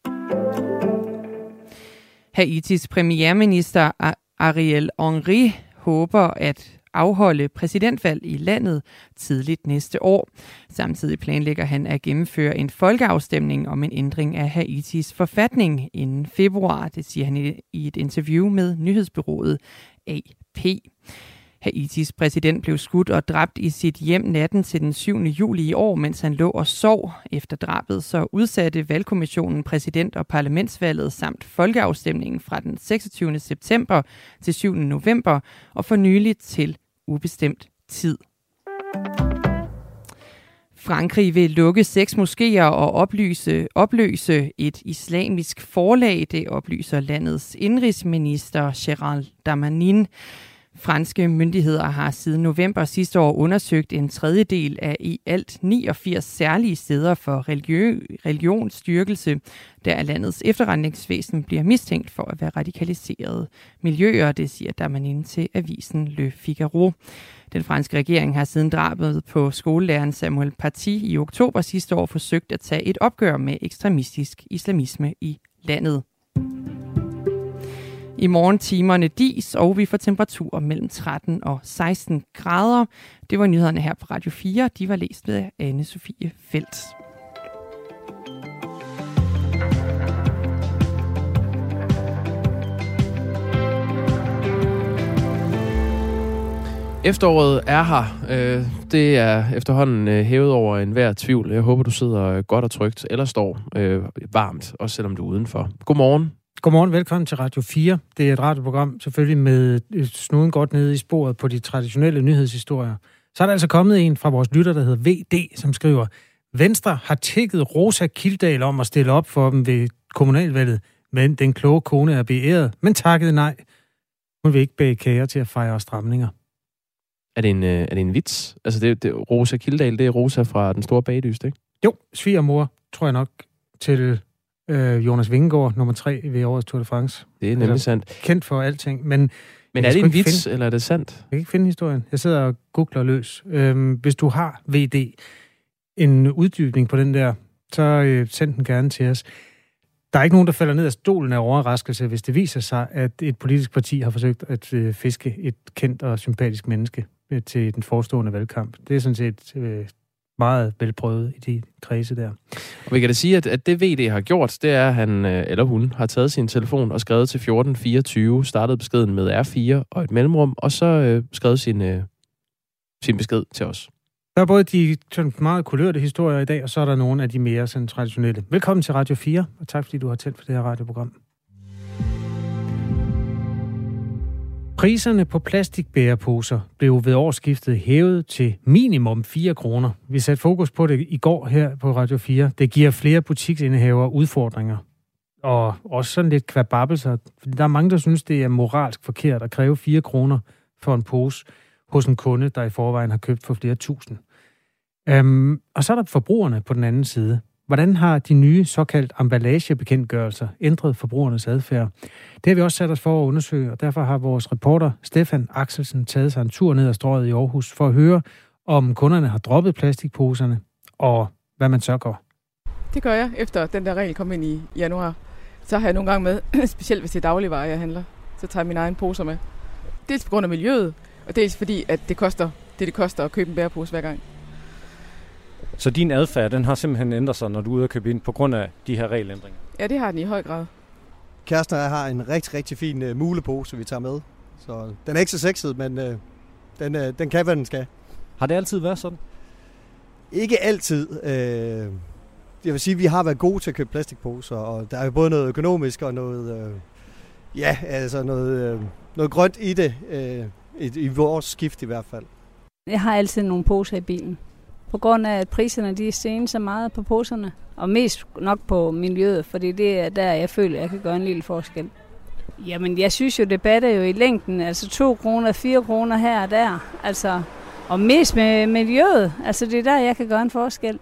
Haitis premierminister Ariel Henry håber at afholde præsidentvalg i landet tidligt næste år. Samtidig planlægger han at gennemføre en folkeafstemning om en ændring af Haitis forfatning inden februar. Det siger han i et interview med nyhedsbureauet A P. Haitis præsident blev skudt og dræbt i sit hjem natten til den syvende juli i år, mens han lå og sov. Efter drabet så udsatte valgkommissionen præsident- og parlamentsvalget samt folkeafstemningen fra den seksogtyvende september til syvende november og for nylig til ubestemt tid. Frankrig vil lukke seks moskéer og oplyse, opløse et islamisk forlag, det oplyser landets indenrigsminister Gérald Darmanin. Franske myndigheder har siden november sidste år undersøgt en tredjedel af i alt niogfirs særlige steder for religiø- religionsstyrkelse, der landets efterretningsvæsen bliver mistænkt for at være radikaliserede miljøer, det siger Darmanin til avisen Le Figaro. Den franske regering har siden drabet på skolelæreren Samuel Paty i oktober sidste år forsøgt at tage et opgør med ekstremistisk islamisme i landet. I morgentimerne dis, og vi får temperaturer mellem tretten og seksten grader. Det var nyhederne her på Radio fire. De var læst ved Anne Sofie Felt. Efteråret er her. Det er efterhånden hævet over enhver tvivl. Jeg håber, du sidder godt og trygt, eller står varmt, også selvom du er udenfor. Godmorgen. Godmorgen, velkommen til Radio fire. Det er et radioprogram, selvfølgelig med snuden godt nede i sporet på de traditionelle nyhedshistorier. Så er der altså kommet en fra vores lytter, der hedder V D, som skriver: Venstre har tækket Rosa Kildahl om at stille op for dem ved kommunalvalget, men den kloge kone er beæret, men takkede nej. Hun vil ikke bage kager til at fejre stramninger. Er det en, er det en vits? Altså, det, det, Rosa Kildahl, det er Rosa fra Den Store Bagdyst, ikke? Jo, svigermor, tror jeg nok, til Øh, Jonas Vingegaard, nummer tre ved årets Tour de France. Det er nemlig altså, sandt. Kendt for alting, men... Men er det en vits, finde, eller er det sandt? Jeg kan ikke finde historien. Jeg sidder og googler løs. Øhm, hvis du har V D, en uddybning på den der, så øh, send den gerne til os. Der er ikke nogen, der falder ned af stolen af overraskelse, hvis det viser sig, at et politisk parti har forsøgt at øh, fiske et kendt og sympatisk menneske øh, til den forestående valgkamp. Det er sådan set øh, meget velprøvet i de kredse der. Og vi kan da sige, at, at det V D har gjort, det er, at han øh, eller hun har taget sin telefon og skrevet til fjorten fireogtyve, startet beskeden med R fire og et mellemrum, og så øh, skrevet sin, øh, sin besked til os. Der er både de sådan meget kulørte historier i dag, og så er der nogle af de mere sådan, traditionelle. Velkommen til Radio fire, og tak fordi du har tændt for det her radioprogram. Priserne på plastikbæreposer blev ved årsskiftet hævet til minimum fire kroner. Vi satte fokus på det i går her på Radio fire. Det giver flere butiksindehavere udfordringer. Og også sådan lidt kvababelser. Fordi der er mange, der synes, det er moralsk forkert at kræve fire kroner for en pose hos en kunde, der i forvejen har købt for flere tusind. Øhm, og så er der forbrugerne på den anden side. Hvordan har de nye såkaldt emballagebekendtgørelser ændret forbrugernes adfærd? Det har vi også sat os for at undersøge, og derfor har vores reporter Stefan Axelsen taget sig en tur ned ad Strøget i Aarhus for at høre, om kunderne har droppet plastikposerne, og hvad man så gør. Det gør jeg, efter den der regel kom ind i januar. Så har jeg nogle gange med, specielt hvis det er dagligvarer, jeg handler, så tager jeg mine egne poser med. Dels på grund af miljøet, og dels fordi, at det koster det, det koster at købe en bærepose hver gang. Så din adfærd, den har simpelthen ændret sig, når du er ude at købe ind, på grund af de her regelændringer? Ja, det har den i høj grad. Kæresten og jeg har en rigtig, rigtig fin uh, mulepose, vi tager med. Så den er ikke så sexet, men uh, den, uh, den kan, hvad den skal. Har det altid været sådan? Ikke altid. Uh, jeg vil sige, at vi har været gode til at købe plastikposer, og der er jo både noget økonomisk og noget, uh, ja, altså noget, uh, noget grønt i det, uh, i, i vores skift i hvert fald. Jeg har altid nogle poser i bilen. På grund af, at priserne de er steget så meget på poserne. Og mest nok på miljøet, fordi det er der, jeg føler, at jeg kan gøre en lille forskel. Jamen, jeg synes jo, det batter jo i længden. Altså to kroner, fire kroner her og der. Altså, og mest med miljøet. Altså, det er der, jeg kan gøre en forskel.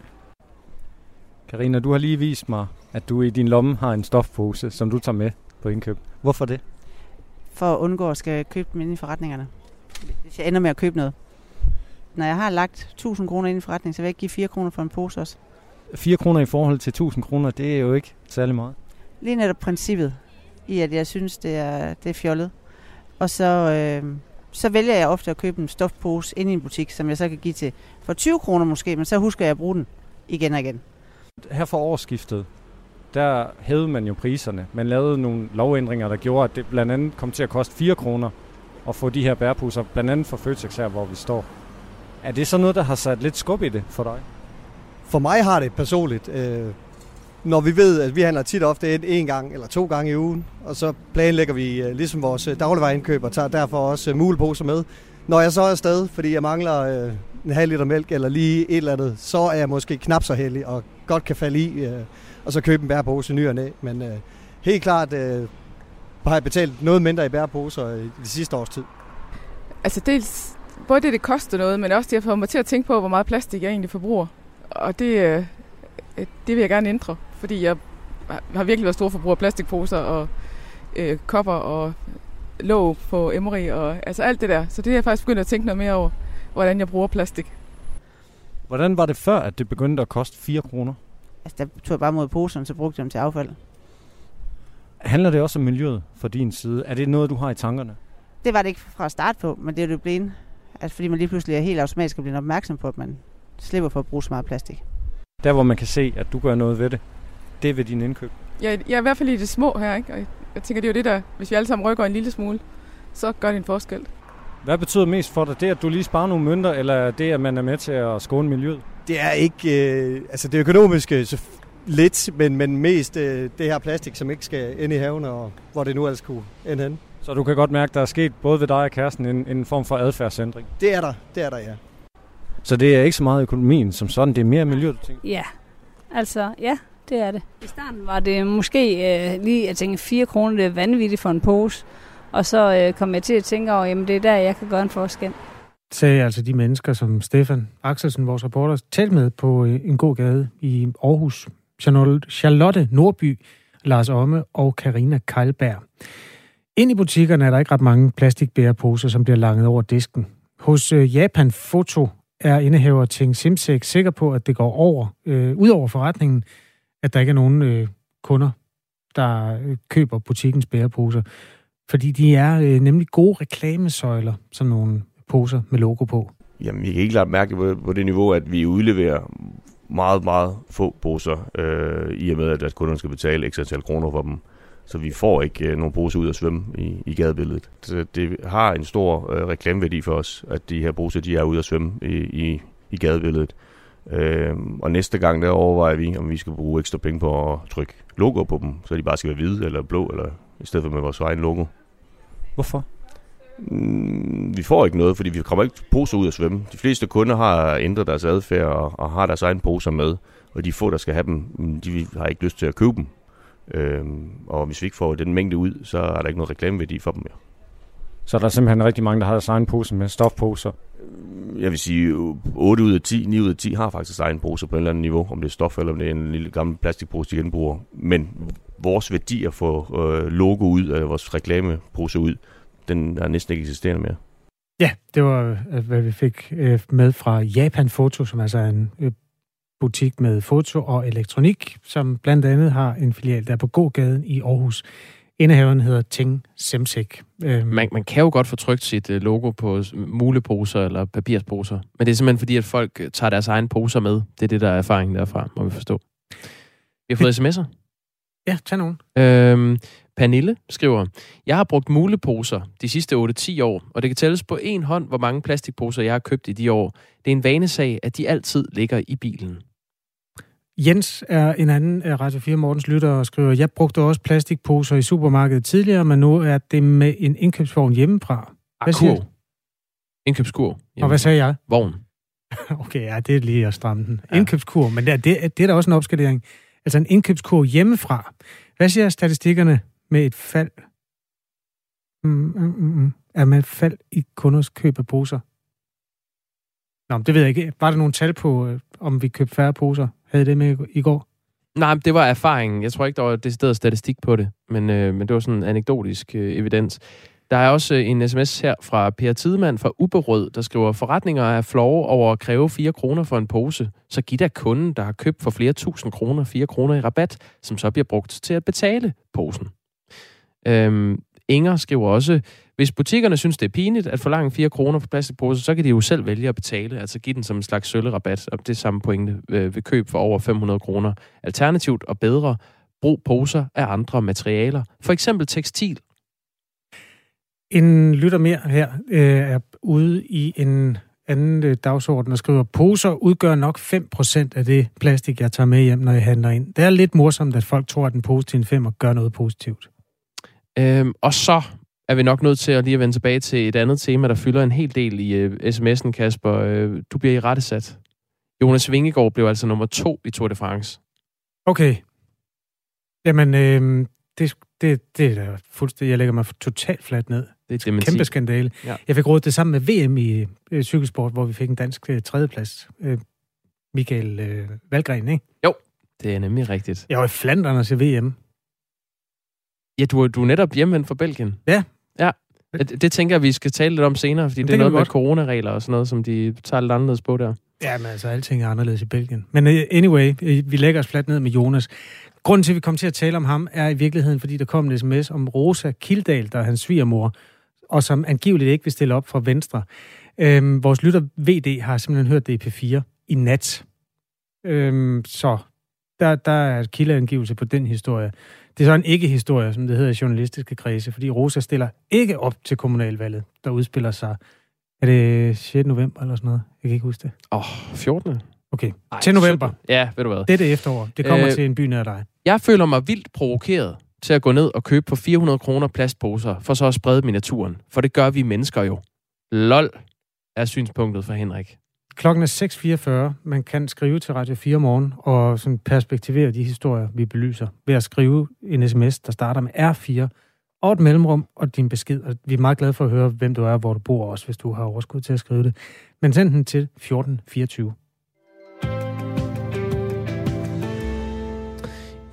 Karina, du har lige vist mig, at du i din lomme har en stofpose, som du tager med på indkøb. Hvorfor det? For at undgå at skal købe dem inde i forretningerne. Hvis jeg ender med at købe noget. Når jeg har lagt tusind kroner ind i forretning, så vil jeg ikke give fire kroner for en pose også. fire kroner i forhold til tusind kroner, det er jo ikke særlig meget. Lige netop princippet i, at jeg synes, det er, det er fjollet. Og så, øh, så vælger jeg ofte at købe en stofpose inde i en butik, som jeg så kan give til for tyve kroner måske, men så husker jeg at bruge den igen og igen. Her for årsskiftet, der hævede man jo priserne. Man lavede nogle lovændringer, der gjorde, at det blandt andet kom til at koste fire kroner at få de her bæreposer, blandt andet for Føtex her, hvor vi står. Er det så noget, der har sat lidt skub i det for dig? For mig har det personligt. Øh, når vi ved, at vi handler tit ofte en, en gang eller to gange i ugen, og så planlægger vi øh, ligesom vores dagligvareindkøb og tager derfor også øh, muleposer med. Når jeg så er afsted, fordi jeg mangler øh, en halv liter mælk eller lige et eller andet, så er jeg måske knap så heldig og godt kan falde i, øh, og så købe en bærepose ny og næ. Men øh, helt klart øh, har jeg betalt noget mindre i bæreposer i de sidste års tid. Altså dels både det, det koster noget, men også det, at få mig til at tænke på, hvor meget plastik jeg egentlig forbruger. Og det, øh, det vil jeg gerne ændre, fordi jeg har virkelig været stor forbruger af plastikposer og øh, kopper og låg på emery og altså alt det der. Så det er jeg faktisk begyndt at tænke noget mere over, hvordan jeg bruger plastik. Hvordan var det før, at det begyndte at koste fire kroner? Altså, der tog jeg bare mod poserne, så brugte jeg dem til affald. Handler det også om miljøet fra din side? Er det noget, du har i tankerne? Det var det ikke fra start på, men det er det blevet. Altså, fordi man lige pludselig er helt automatisk blevet opmærksom på, at man slipper for at bruge så meget plastik. Der, hvor man kan se, at du gør noget ved det, det er ved din indkøb. Jeg, jeg er i hvert fald i det små her, ikke? Og jeg tænker, det er jo det der, hvis vi alle sammen rykker en lille smule, så gør det en forskel. Hvad betyder mest for dig? Det, at du lige sparer nogle mønter, eller det, at man er med til at skåne miljøet? Det er ikke, øh, altså det økonomiske så lidt, men, men mest øh, det her plastik, som ikke skal ind i haven, og hvor det nu ellers kunne ende hen. Så du kan godt mærke, at der er sket både ved dig og kæresten en, en form for adfærdsændring? Det er der, det er der, ja. Så det er ikke så meget økonomien som sådan, det er mere miljø, du tænker? Ja, altså ja, det er det. I starten var det måske øh, lige, jeg tænkte, fire kroner, det er vanvittigt for en pose. Og så øh, kom jeg til at tænke over, jamen det er der, jeg kan gøre en forskel. Sagde altså de mennesker, som Stefan Axelsen, vores reporter, talte med på en god gade i Aarhus. Charlotte Nordby, Lars Omme og Karina Kejlberg. Ind i butikkerne er der ikke ret mange plastikbæreposer, som bliver langet over disken. Hos Japan Foto er indehaver Ting Simsek sikker på, at det går over, øh, ud over forretningen, at der ikke er nogen øh, kunder, der øh, køber butikkens bæreposer. Fordi de er øh, nemlig gode reklamesøjler, sådan nogle poser med logo på. Jamen, vi kan helt klart mærke på, på det niveau, at vi udleverer meget, meget få poser, øh, i og med, at kunderne skal betale x antal kroner for dem. Så vi får ikke øh, nogen poser ud at svømme i, i gadebilledet. Så det har en stor øh, reklameværdi for os, at de her poser, de er ude at svømme i, i, i gadebilledet. Øh, og næste gang, der overvejer vi, om vi skal bruge ekstra penge på at trykke logo på dem, så de bare skal være hvide eller blå, eller i stedet for med vores egen logo. Hvorfor? Mm, vi får ikke noget, fordi vi kommer ikke poser ud at svømme. De fleste kunder har ændret deres adfærd og, og har deres egen poser med, og de få, der skal have dem, de har ikke lyst til at købe dem. Øhm, og hvis vi ikke får den mængde ud, så er der ikke noget reklameværdi for dem mere. Så er der simpelthen rigtig mange, der har deres egen pose med stofposer? Jeg vil sige, otte ud af ti, ni ud af ti har faktisk egen pose på et eller andet niveau, om det er stof eller om det er en lille gammel plastikpose, de genbruger. Men vores værdi at få øh, logo ud, eller vores reklamepose ud, den er næsten ikke eksisterende mere. Ja, det var, hvad vi fik øh, med fra Japan Foto, som altså er en øh, butik med foto og elektronik, som blandt andet har en filial der på Gågaden i Aarhus. Indehaveren hedder Ting Simsek. Øhm. Man, man kan jo godt få trykt sit logo på muleposer eller papirsposer, men det er simpelthen fordi, at folk tager deres egen poser med. Det er det, der er erfaringen derfra, må vi forstå. Vi har fået sms'er. Ja, tag nogen. Øhm, Pernille skriver, jeg har brugt muleposer de sidste otte til ti år, og det kan tælles på en hånd, hvor mange plastikposer jeg har købt i de år. Det er en vanesag, at de altid ligger i bilen. Jens er en anden af Radio fire Mortens lytter og skriver, jeg brugte også plastikposer i supermarkedet tidligere, men nu er det med en indkøbsvogn hjemmefra. Hvad siger du? Indkøbskur. Og hvad sagde jeg? Vogn. Okay, ja, det er lige at stramme den. Ja. Indkøbskur, men det, det, det er da også en opskalering. Altså en indkøbskur hjemmefra. Hvad siger statistikkerne med et fald? Mm, mm, mm. Er man et fald i kunders køb af poser? Nå, det ved jeg ikke. Var der nogle tal på, om vi købte færre poser? Havde det med i går? Nej, det var erfaringen. Jeg tror ikke, der var decideret statistik på det, men, øh, men det var sådan en anekdotisk øh, evidens. Der er også en sms her fra Per Tidemand fra Uberød, der skriver, forretninger er flove over at kræve fire kroner for en pose, så giv da kunden, der har købt for flere tusind kroner, fire kroner i rabat, som så bliver brugt til at betale posen. Øhm, Inger skriver også, hvis butikkerne synes, det er pinligt at forlange fire kroner for plastikposer, så kan de jo selv vælge at betale, altså give den som en slags sølverabat, og det er samme pointe øh, ved køb for over fem hundrede kroner. Alternativt og bedre, brug poser af andre materialer, for eksempel tekstil. En lytter mere her øh, er ude i en anden øh, dagsorden og skriver, poser udgør nok fem procent af det plastik, jeg tager med hjem, når jeg handler ind. Det er lidt morsomt, at folk tror, at en pose til en femmer gør noget positivt. Øhm, og så er vi nok nødt til at lige at vende tilbage til et andet tema, der fylder en hel del i øh, sms'en, Kasper. Øh, du bliver i rettesat. Jonas Vingegaard blev altså nummer to i Tour de France. Okay. Jamen, øh, det, det, det er da fuldstændig... Jeg lægger mig totalt fladt ned. Det er et kæmpe skandale. Ja. Jeg fik rådet det sammen med V M i øh, cykelsport, hvor vi fik en dansk øh, tredjeplads. Øh, Michael øh, Valgren, ikke? Jo, det er nemlig rigtigt. Jeg var i Flandern til V M. Ja, du, du er netop hjemvendt fra Belgien. Ja. Ja, det, det tænker jeg, vi skal tale lidt om senere, fordi det, det er noget med coronaregler og sådan noget, som de tager lidt anderledes på der. Ja, men altså, alting er anderledes i Belgien. Men uh, anyway, vi lægger os fladt ned med Jonas. Grunden til, at vi kom til at tale om ham, er i virkeligheden, fordi der kom en sms om Rosa Kildahl, der er hans svigermor, og som angiveligt ikke vil stille op fra Venstre. Øhm, vores lytter V D har simpelthen hørt det i P fire i nat. Øhm, så der, der er kildeangivelse på den historie. Det er så en ikke-historie, som det hedder i journalistiske kredse, fordi Rosa stiller ikke op til kommunalvalget, der udspiller sig. Er det sjette november eller sådan noget? Jeg kan ikke huske det. Åh, oh, fjortende Okay, Ej, til november. sytten Ja, ved du hvad. Det er det efterår. Det kommer øh, til en by nær dig. Jeg føler mig vildt provokeret til at gå ned og købe for fire hundrede kroner plastposer, for så at sprede dem i naturen. For det gør vi mennesker jo. Lol er synspunktet for Henrik. Klokken er seks fireogfyrre. Man kan skrive til Radio fire morgen og sådan perspektivere de historier, vi belyser, ved at skrive en sms, der starter med R fire og et mellemrum og din besked. Og vi er meget glade for at høre, hvem du er og hvor du bor også, hvis du har overskud til at skrive det. Men send den til fjorten fireogtyve.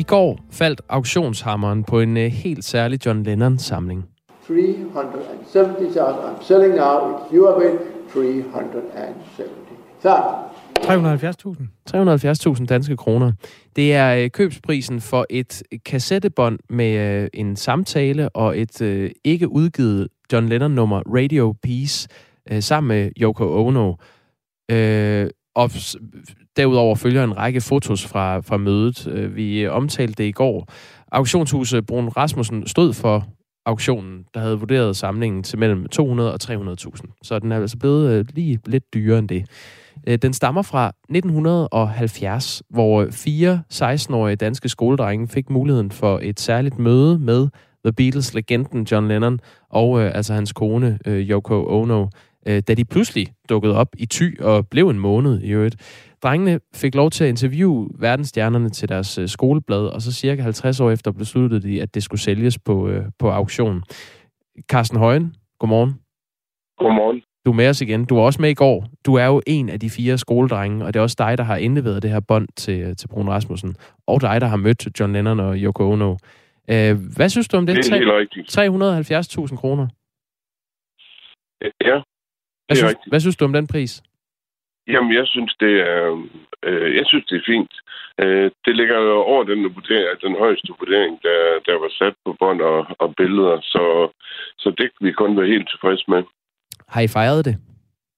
går faldt auktionshammeren på en uh, helt særlig John Lennon-samling. three hundred seventy thousand. I'm selling now. If you are bid, three hundred seventy thousand. tre hundrede og halvfjerds tusind. tre hundrede og halvfjerds tusind danske kroner. Det er øh, købsprisen for et kassettebånd med øh, en samtale og et øh, ikke udgivet John Lennon-nummer, Radio Peace, øh, sammen med Yoko Ono. Øh, og derudover følger en række fotos fra, fra mødet. Øh, vi omtalte det i går. Auktionshuset Bruun Rasmussen stod for auktionen, der havde vurderet samlingen til mellem to hundrede og tre hundrede tusind. Så den er altså blevet øh, lige lidt dyrere end det. Den stammer fra nitten halvfjerds, hvor fire seksten-årige danske skoledrenge fik muligheden for et særligt møde med The Beatles-legenden John Lennon og øh, altså hans kone øh, Yoko Ono, øh, da de pludselig dukkede op i Thy og blev en måned i øvrigt. Drengene fik lov til at interviewe verdensstjernerne til deres øh, skoleblad, og så cirka halvtreds år efter besluttede de, at det skulle sælges på, øh, på auktion. Carsten Høyen, godmorgen. Godmorgen. Du er med os igen. Du var også med i går. Du er jo en af de fire skoledrenge, og det er også dig, der har indleveret det her bånd til, til Bruun Rasmussen. Og dig, der har mødt John Lennon og Yoko Ono. Uh, hvad synes du om det? Det er helt rigtigt. tre hundrede og halvfjerds tusind kroner. Ja, det hvad er synes, rigtigt. Hvad synes du om den pris? Jamen, jeg synes, det er, øh, jeg synes, det er fint. Øh, det ligger jo over den, vurdering, den højeste vurdering, der, der var sat på bånd og, og billeder. Så, så det kan vi kun være helt tilfreds med. Har I fejret det?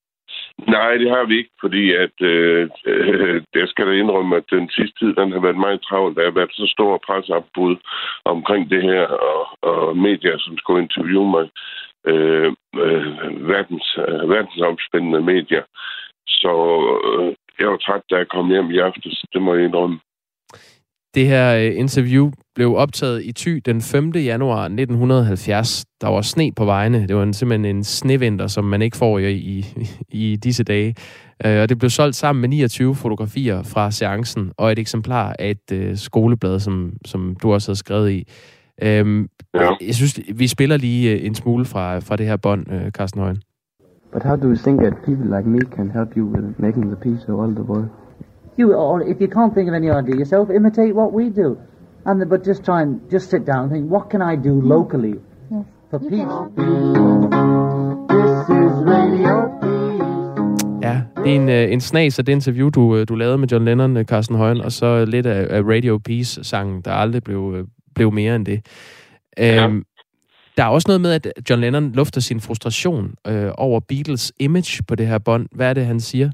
Nej, det har vi ikke, fordi at øh, øh, jeg skal da indrømme, at den sidste tid, den har været meget travlt. Der har været så stor presseopbud omkring det her, og, og medier, som skulle interviewe mig. Øh, øh, verdens, øh, verdensomspændende medier. Så øh, jeg var træt, da jeg kom hjem i aftes. Det må jeg indrømme. Det her interview blev optaget i Thy den femte januar nitten halvfjerds. Der var sne på vejene. Det var en, simpelthen en snevinter, som man ikke får i, i, i disse dage. Uh, og det blev solgt sammen med niogtyve fotografier fra seancen og et eksemplar af et uh, skoleblad, som, som du også havde skrevet i. Um, ja. Jeg synes, vi spiller lige uh, en smule fra, fra det her bånd, uh, Carsten Høyen. But how do you think that people like me can help you with making the piece of all the work? You, or if you can't think of any idea yourself, imitate what we do, and the, but just try and just sit down and think, what can I do locally yes. for peace? This is Radio Peace. Ja, det er en, en snas af det interview, du, du lavede med John Lennon, Carsten Høyen, og så lidt af, af Radio Peace-sangen, der aldrig blev, blev mere end det. Ja. Øhm, der er også noget med, at John Lennon lufter sin frustration øh, over Beatles' image på det her bånd. Hvad er det, han siger?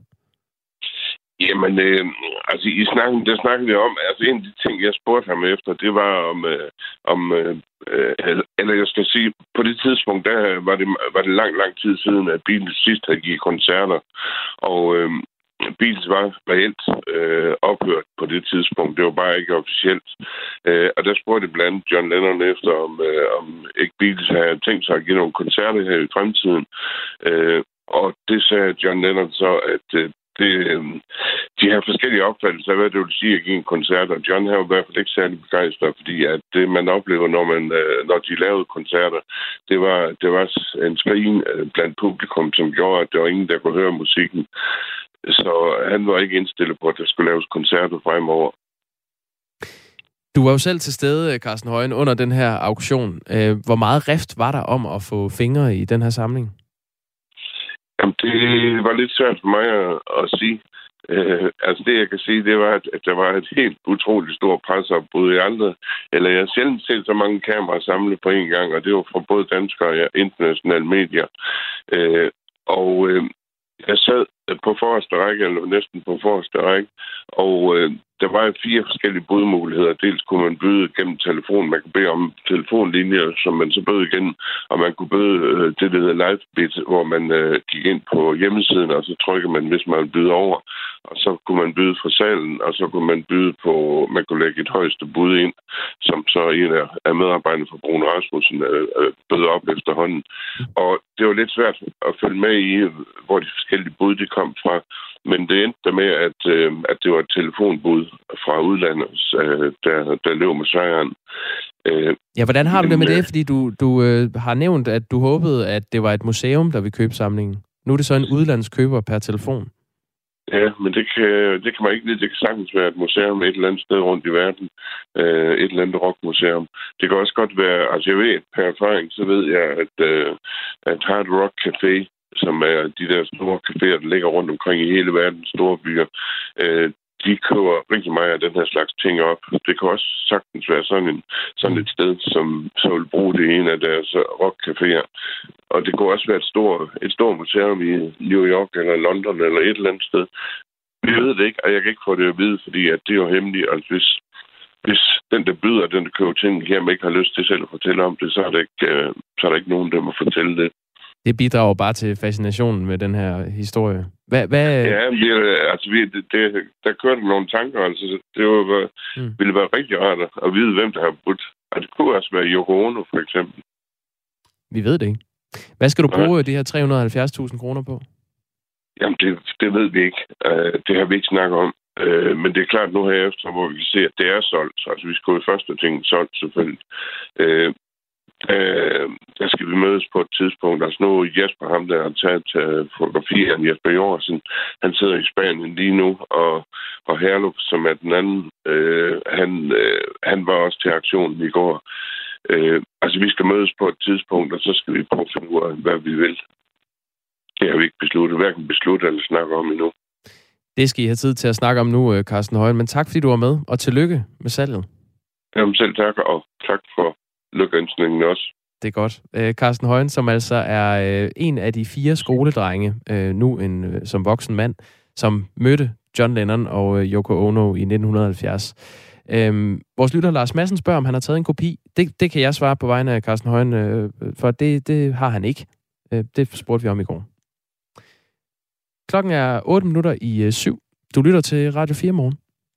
Jamen, øh, altså i snakken, der snakkede vi om, altså en af de ting, jeg spurgte ham efter, det var om, øh, om øh, eller jeg skal sige, på det tidspunkt, der var det, var det lang, lang tid siden, at Beatles sidst havde givet koncerter, og øh, Beatles var reelt øh, ophørt på det tidspunkt, det var bare ikke officielt, øh, og der spurgte blandt andet John Lennon efter, om, øh, om ikke Beatles havde tænkt sig at give nogle koncerter her i fremtiden, øh, og det sagde John Lennon så, at øh, Det, de har forskellige opfattelser af, hvad det vil sige at give en koncert, og John har jo i hvert fald ikke særlig begejstret, fordi at det, man oplever, når, man, når de lavede koncerter, det var, det var en skrigen blandt publikum, som gjorde, at der var ingen, der kunne høre musikken. Så han var ikke indstillet på, at der skulle laves koncerter fremover. Du var jo selv til stede, Carsten Høyen, under den her auktion. Hvor meget rift var der om at få fingre i den her samling? Jamen, det var lidt svært for mig at, at sige. Øh, altså det, jeg kan sige, det var, at, at der var et helt utroligt stort presseopbud i andre. Eller jeg har sjældent set så mange kameraer samlet på en gang, og det var fra både danske og internationale medier. Øh, og øh, jeg sad på forreste række, eller næsten på forreste række, og øh, der var fire forskellige budmuligheder. Dels kunne man byde gennem telefon, man kunne bede om telefonlinjer, som man så bød igen, og man kunne byde øh, det, der hedder LiveBit, hvor man øh, gik ind på hjemmesiden, og så trykker man, hvis man byde over, og så kunne man byde fra salen, og så kunne man byde på, man kunne lægge et højeste bud ind, som så en af medarbejderne fra Bruun Rasmussen øh, øh, bød op efterhånden. Og det var lidt svært at følge med i, hvor de forskellige bud de kom fra, men det endte med, at, øh, at det var et telefonbud fra udlandet, øh, der, der løb med sejren. Øh, ja, hvordan har du det med det? Fordi du, du øh, har nævnt, at du håbede, at det var et museum, der ville købe samlingen. Nu er det så en udlandskøber per telefon. Ja, men det kan, det kan man ikke lide. Det kan sagtens være et museum et eller andet sted rundt i verden. Øh, et eller andet rockmuseum. Det kan også godt være, altså jeg ved, per erfaring, så ved jeg, at, øh, at Hard Rock Café, som er de der store caféer, der ligger rundt omkring i hele verdens store byer, øh, de køber rigtig meget af den her slags ting op. Det kan også sagtens være sådan, en, sådan et sted, som så vil bruge det i en af deres rockcaféer. Og det kunne også være et stort, et stort museum i New York eller London eller et eller andet sted. Vi ved det ikke, og jeg kan ikke få det at vide, fordi at det er jo hemmeligt. Altså hvis, hvis den, der byder, den, der køber ting her, ikke har lyst til selv at fortælle om det, så er der ikke, så er der ikke nogen, der må fortælle det. Det bidrager bare til fascinationen med den her historie. Hvad, hvad... Ja, vi, altså, vi, det, det, der kørte nogle tanker. Altså, det var, mm. ville være rigtig rart at vide, hvem der har budt. Og det kunne også være Yoko Ono, for eksempel. Vi ved det ikke. Hvad skal du bruge ja. de her tre hundrede og halvfjerds tusind kroner på? Jamen, det, det ved vi ikke. Uh, det har vi ikke snakket om. Uh, men det er klart nu herefter, hvor vi kan se, at det er solgt. Altså, vi skal jo først have ting solgt, selvfølgelig. Uh, Øh, der skal vi mødes på et tidspunkt. Altså nu Jesper, ham der har taget uh, fotografier, Jesper Jorgensen, han sidder i Spanien lige nu, og, og Herluf, som er den anden, øh, han, øh, han var også til aktionen i går. Øh, altså vi skal mødes på et tidspunkt, og så skal vi prøve at finde ud af, hvad vi vil. Det har vi ikke besluttet, hverken besluttet eller snakke om endnu. Det skal I have tid til at snakke om nu, Carsten Højen, men tak fordi du var med, og tillykke med salget. Jamen selv tak, og tak for lykkeønskningen også. Det er godt. Øh, Carsten Højen, som altså er øh, en af de fire skoledrenge, øh, nu en, øh, som voksen mand, som mødte John Lennon og øh, Yoko Ono i nitten halvfjerds. Øh, vores lytter Lars Madsen spørger, om han har taget en kopi. Det, det kan jeg svare på vegne af Carsten Højen, øh, for det, det har han ikke. Øh, det spurgte vi om i går. Klokken er otte minutter i øh, syv. Du lytter til Radio fire Morgen.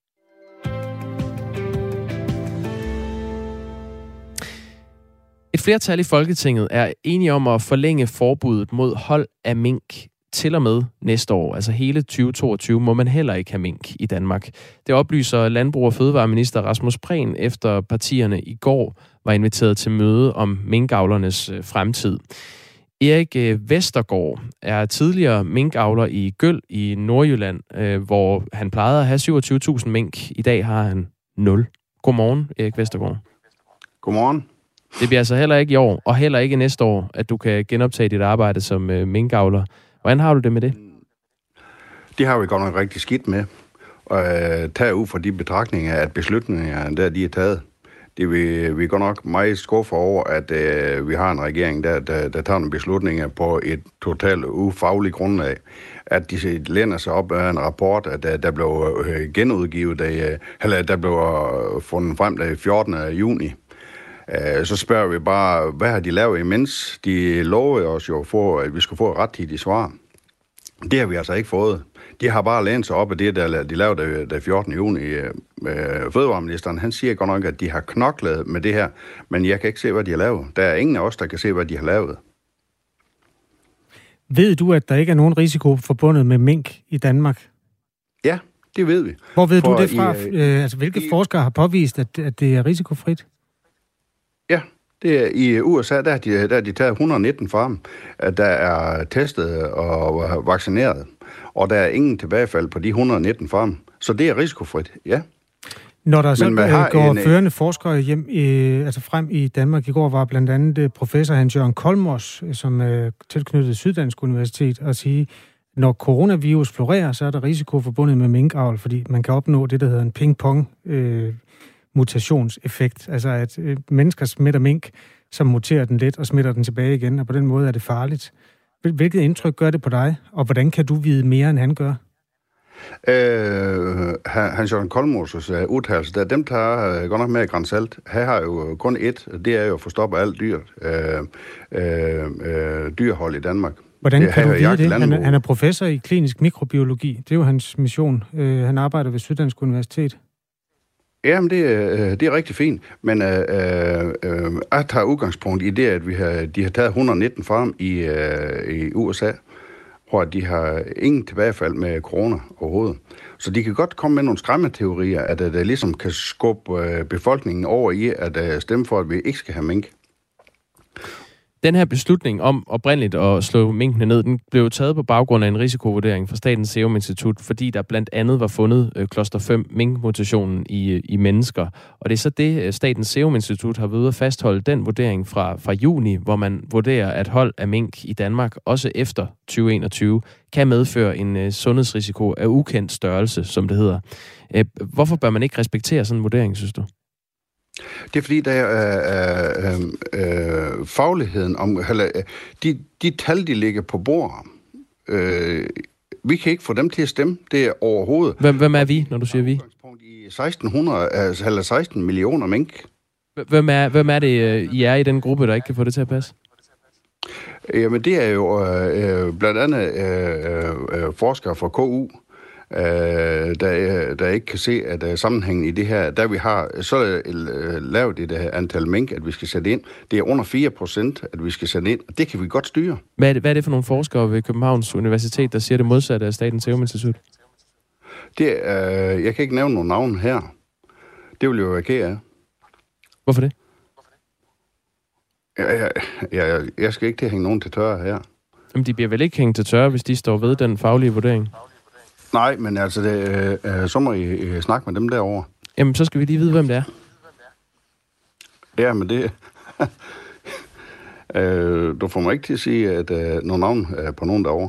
Et flertal i Folketinget er enige om at forlænge forbuddet mod hold af mink til og med næste år. Altså hele tyve toogtyve må man heller ikke have mink i Danmark. Det oplyser Landbrug- og Fødevareminister Rasmus Prehn, efter partierne i går var inviteret til møde om minkavlernes fremtid. Erik Vestergaard er tidligere minkavler i Gøl i Nordjylland, hvor han plejede at have syvogtyve tusind mink. I dag har han nul. Godmorgen, Erik Vestergaard. Godmorgen. Det bliver altså heller ikke i år, og heller ikke næste år, at du kan genoptage dit arbejde som øh, minkavler. Hvordan har du det med det? Det har vi godt nok rigtig skidt med. Og øh, tage ud fra de betragtninger, at beslutningerne der, de er taget. Det vi, vi er godt nok meget skuffet over, at øh, vi har en regering, der, der, der tager nogle beslutninger på et totalt ufagligt grundlag. At de læner sig op af en rapport, at der, der blev øh, genudgivet, der, eller der blev fundet frem den fjortende juni. Så spørger vi bare, hvad har de lavet imens? De lovede os jo, for, at vi skulle få et rettidigt svar. Det har vi altså ikke fået. De har bare lænet sig op af det, der de lavede den fjortende juni. Fødevareministeren, han siger godt nok, at de har knoklet med det her, men jeg kan ikke se, hvad de har lavet. Der er ingen af os, der kan se, hvad de har lavet. Ved du, at der ikke er nogen risiko forbundet med mink i Danmark? Ja, det ved vi. Hvor ved for du det fra? I, øh, altså, hvilke i, forskere har påvist, at, at det er risikofrit? Ja, det er, i U S A, der har de, der har de taget et hundrede og nitten farme, der er testet og vaccineret, og der er ingen tilbagefald på de et hundrede og nitten farme. Så det er risikofrit, ja. Når der så øh, går en, førende forskere hjem, øh, altså frem i Danmark, i går var blandt andet professor Hans-Jørgen Kolmos, som er tilknyttet Syddansk Universitet, og sige, når coronavirus florerer, så er der risiko forbundet med minkavl, fordi man kan opnå det, der hedder en ping-pong øh, mutationseffekt, altså at øh, mennesker smitter mink, som muterer den lidt og smitter den tilbage igen, og på den måde er det farligt. Hvilket indtryk gør det på dig, og hvordan kan du vide mere, end han gør? Øh, Hans-Jørgen Kolmos' uh, udtalelse, der, dem tager uh, godt nok med i grænsalt. Han har jo kun ét, det er jo at få stoppet alt dyr, øh, øh, øh, dyrhold i Danmark. Hvordan det, kan du vide det? Han er, han er professor i klinisk mikrobiologi. Det er jo hans mission. Øh, han arbejder ved Syddansk Universitet. Jamen, det, det er rigtig fint, men øh, øh, jeg tager udgangspunkt i det, at vi har, de har taget et hundrede og nitten farme i, øh, i U S A, hvor de har ingen tilbagefald med corona overhovedet. Så de kan godt komme med nogle skræmmeteorier, at det ligesom kan skubbe befolkningen over i at stemme for, at vi ikke skal have mink. Den her beslutning om oprindeligt at slå minkene ned, den blev taget på baggrund af en risikovurdering fra Statens Serum Institut, fordi der blandt andet var fundet øh, kloster fem minkmutationen i, i mennesker. Og det er så det, Statens Serum Institut har været ude at fastholde den vurdering fra, fra juni, hvor man vurderer, at hold af mink i Danmark, også efter tyve enogtyve, kan medføre en øh, sundhedsrisiko af ukendt størrelse, som det hedder. Øh, hvorfor bør man ikke respektere sådan en vurdering, synes du? Det er fordi, der er øh, øh, øh, fagligheden om, eller, de, de tal, de ligger på bordet, øh, vi kan ikke få dem til at stemme, det er overhovedet. Hvem, hvem er vi, når du siger vi? I seksten hundrede, eller seksten millioner mink. Hvem er, hvem er det, I er i den gruppe, der ikke kan få det til at passe? Jamen, det er jo øh, blandt andet øh, øh, forskere fra K U, Øh, der, der ikke kan se, at uh, sammenhængen i det her, der vi har så uh, lavet et uh, antal mink, at vi skal sætte ind. Det er under fire procent, at vi skal sætte ind, og det kan vi godt styre. Hvad er det, hvad er det for nogle forskere ved Københavns Universitet, der siger det modsatte af Statens Serum Institut? Det, uh, jeg kan ikke nævne nogen navn her. Det vil jo være ked af. Hvorfor det? Jeg, jeg, jeg, jeg skal ikke til at hænge nogen til tørre her. Jamen, de bliver vel ikke hængt til tørre, hvis de står ved den faglige vurdering? Nej, men altså, det, øh, så må I øh, snakke med dem derovre. Jamen, så skal vi lige vide, hvem det er. Ja, men det... øh, du får mig ikke til at sige, at øh, nogle navn er på nogen derovre.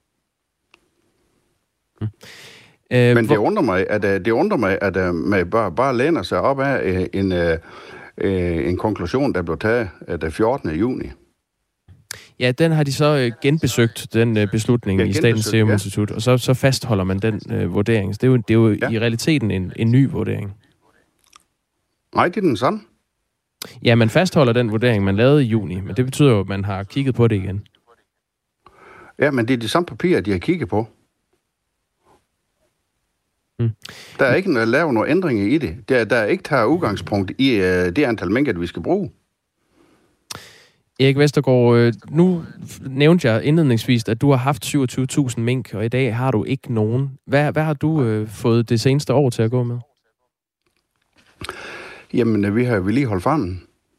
Mm. Øh, men hvor... det undrer mig, at, det undrer mig, at uh, man bare, bare læner sig op af uh, en, uh, uh, en konklusion, der blev taget uh, den fjortende juni. Ja, den har de så uh, genbesøgt, den uh, beslutning ja, i Statens Serum Institut, ja. Og så, så fastholder man den uh, vurdering. Så det er jo, det er jo ja. i realiteten en, en ny vurdering. Nej, det er den samme. Ja, man fastholder den vurdering, man lavede i juni, men det betyder jo, at man har kigget på det igen. Ja, men det er de samme papirer, de har kigget på. Mm. Der er ikke lavet nogen ændringer i det. Der, der er ikke taget udgangspunkt i uh, det antal mængder, vi skal bruge. Erik Vestergaard, nu nævnte jeg indledningsvis, at du har haft syvogtyve tusind mink, og i dag har du ikke nogen. Hvad, hvad har du øh, fået det seneste år til at gå med? Jamen, vi har vedligeholdt farmen.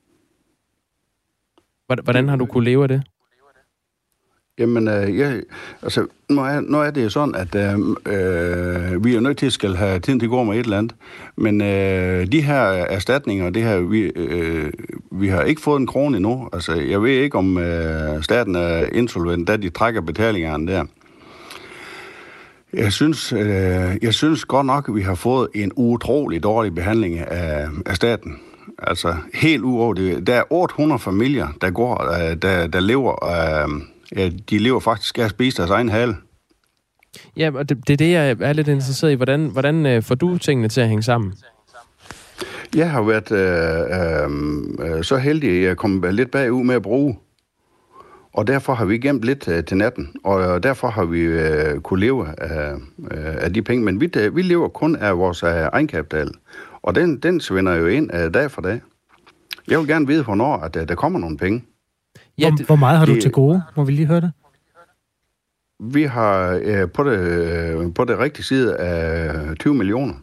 Hvordan har du kunne leve af det? Jamen, øh, jeg, altså, nu er, nu er det jo sådan, at øh, vi er nødt til at skal have tiden til at gå med et eller andet. Men øh, de her erstatninger, det her, vi, øh, vi har ikke fået en krone endnu. Altså, jeg ved ikke, om øh, staten er insolvent, da de trækker betalingerne der. Jeg synes, øh, jeg synes godt nok, at vi har fået en utrolig dårlig behandling af, af staten. Altså, helt uover det. Der er otte hundrede familier, der går, der, der lever... Øh, Ja, de lever faktisk af at spise deres egen hale. Ja, og det, det er det, jeg er lidt interesseret i. Hvordan, hvordan øh, får du tingene til at hænge sammen? Jeg har været øh, øh, så heldig, at jeg kom lidt bagud med at bruge. Og derfor har vi gemt lidt øh, til natten. Og derfor har vi øh, kunne leve af, øh, af de penge. Men vi, vi lever kun af vores øh, egenkapital. Og den, den svinder jo ind øh, dag for dag. Jeg vil gerne vide, hvornår at, øh, der kommer nogle penge. Ja, hvor, hvor meget har du det, til gode? Må vi lige høre det? Vi har øh, på, det, øh, på det rigtige side af tyve millioner.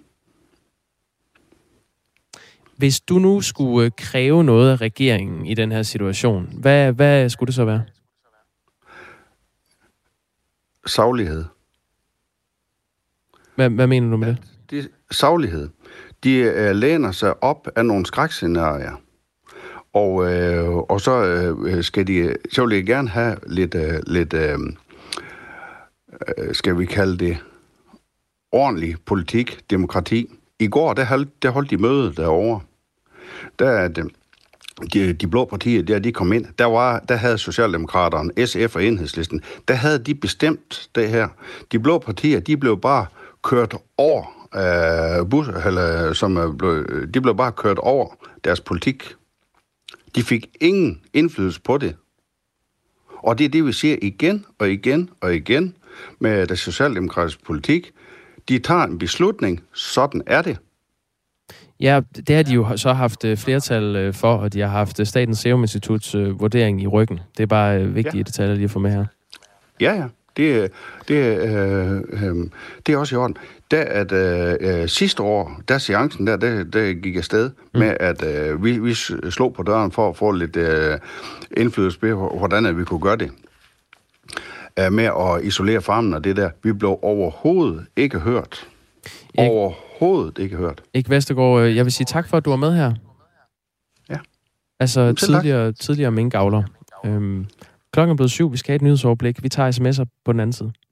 Hvis du nu skulle kræve noget af regeringen i den her situation, hvad, hvad skulle det så være? Saglighed. Hvad, hvad mener du med det? Ja, det saglighed. De øh, læner sig op af nogle skrækscenarier. Og, øh, og så øh, skal de, så vil jeg gerne have lidt, øh, lidt øh, skal vi kalde det, ordentlig politik, demokrati. I går, der holdt, der holdt de møde derovre. Der, de, de blå partier, der de kom ind, der, var, der havde Socialdemokraterne, S F og Enhedslisten, der havde de bestemt det her. De blå partier, de blev bare kørt over, øh, bus, eller, som blev, de blev bare kørt over deres politik. De fik ingen indflydelse på det. Og det er det, vi ser igen og igen og igen med den socialdemokratiske politik. De tager en beslutning, sådan er det. Ja, det har de jo så haft flertal for, og de har haft Statens Serum Instituts vurdering i ryggen. Det er bare vigtige ja. detaljer lige at få med her. Ja, ja. Det, det, øh, øh, det er også i orden. Da at øh, sidste år, der seancen der, det, det gik afsted mm. med, at øh, vi, vi slog på døren for at få lidt øh, indflydelse på, hvordan at vi kunne gøre det. Øh, med at isolere farmen og det der. Vi blev overhovedet ikke hørt. Ik- overhovedet ikke hørt. Ikke Vestergaard, jeg vil sige tak for, at du var med her. Ja. Altså tidligere, tidligere minkavler. Øhm, klokken er blevet syv, vi skal have et nyhedsoverblik. Vi tager sms'er på den anden side.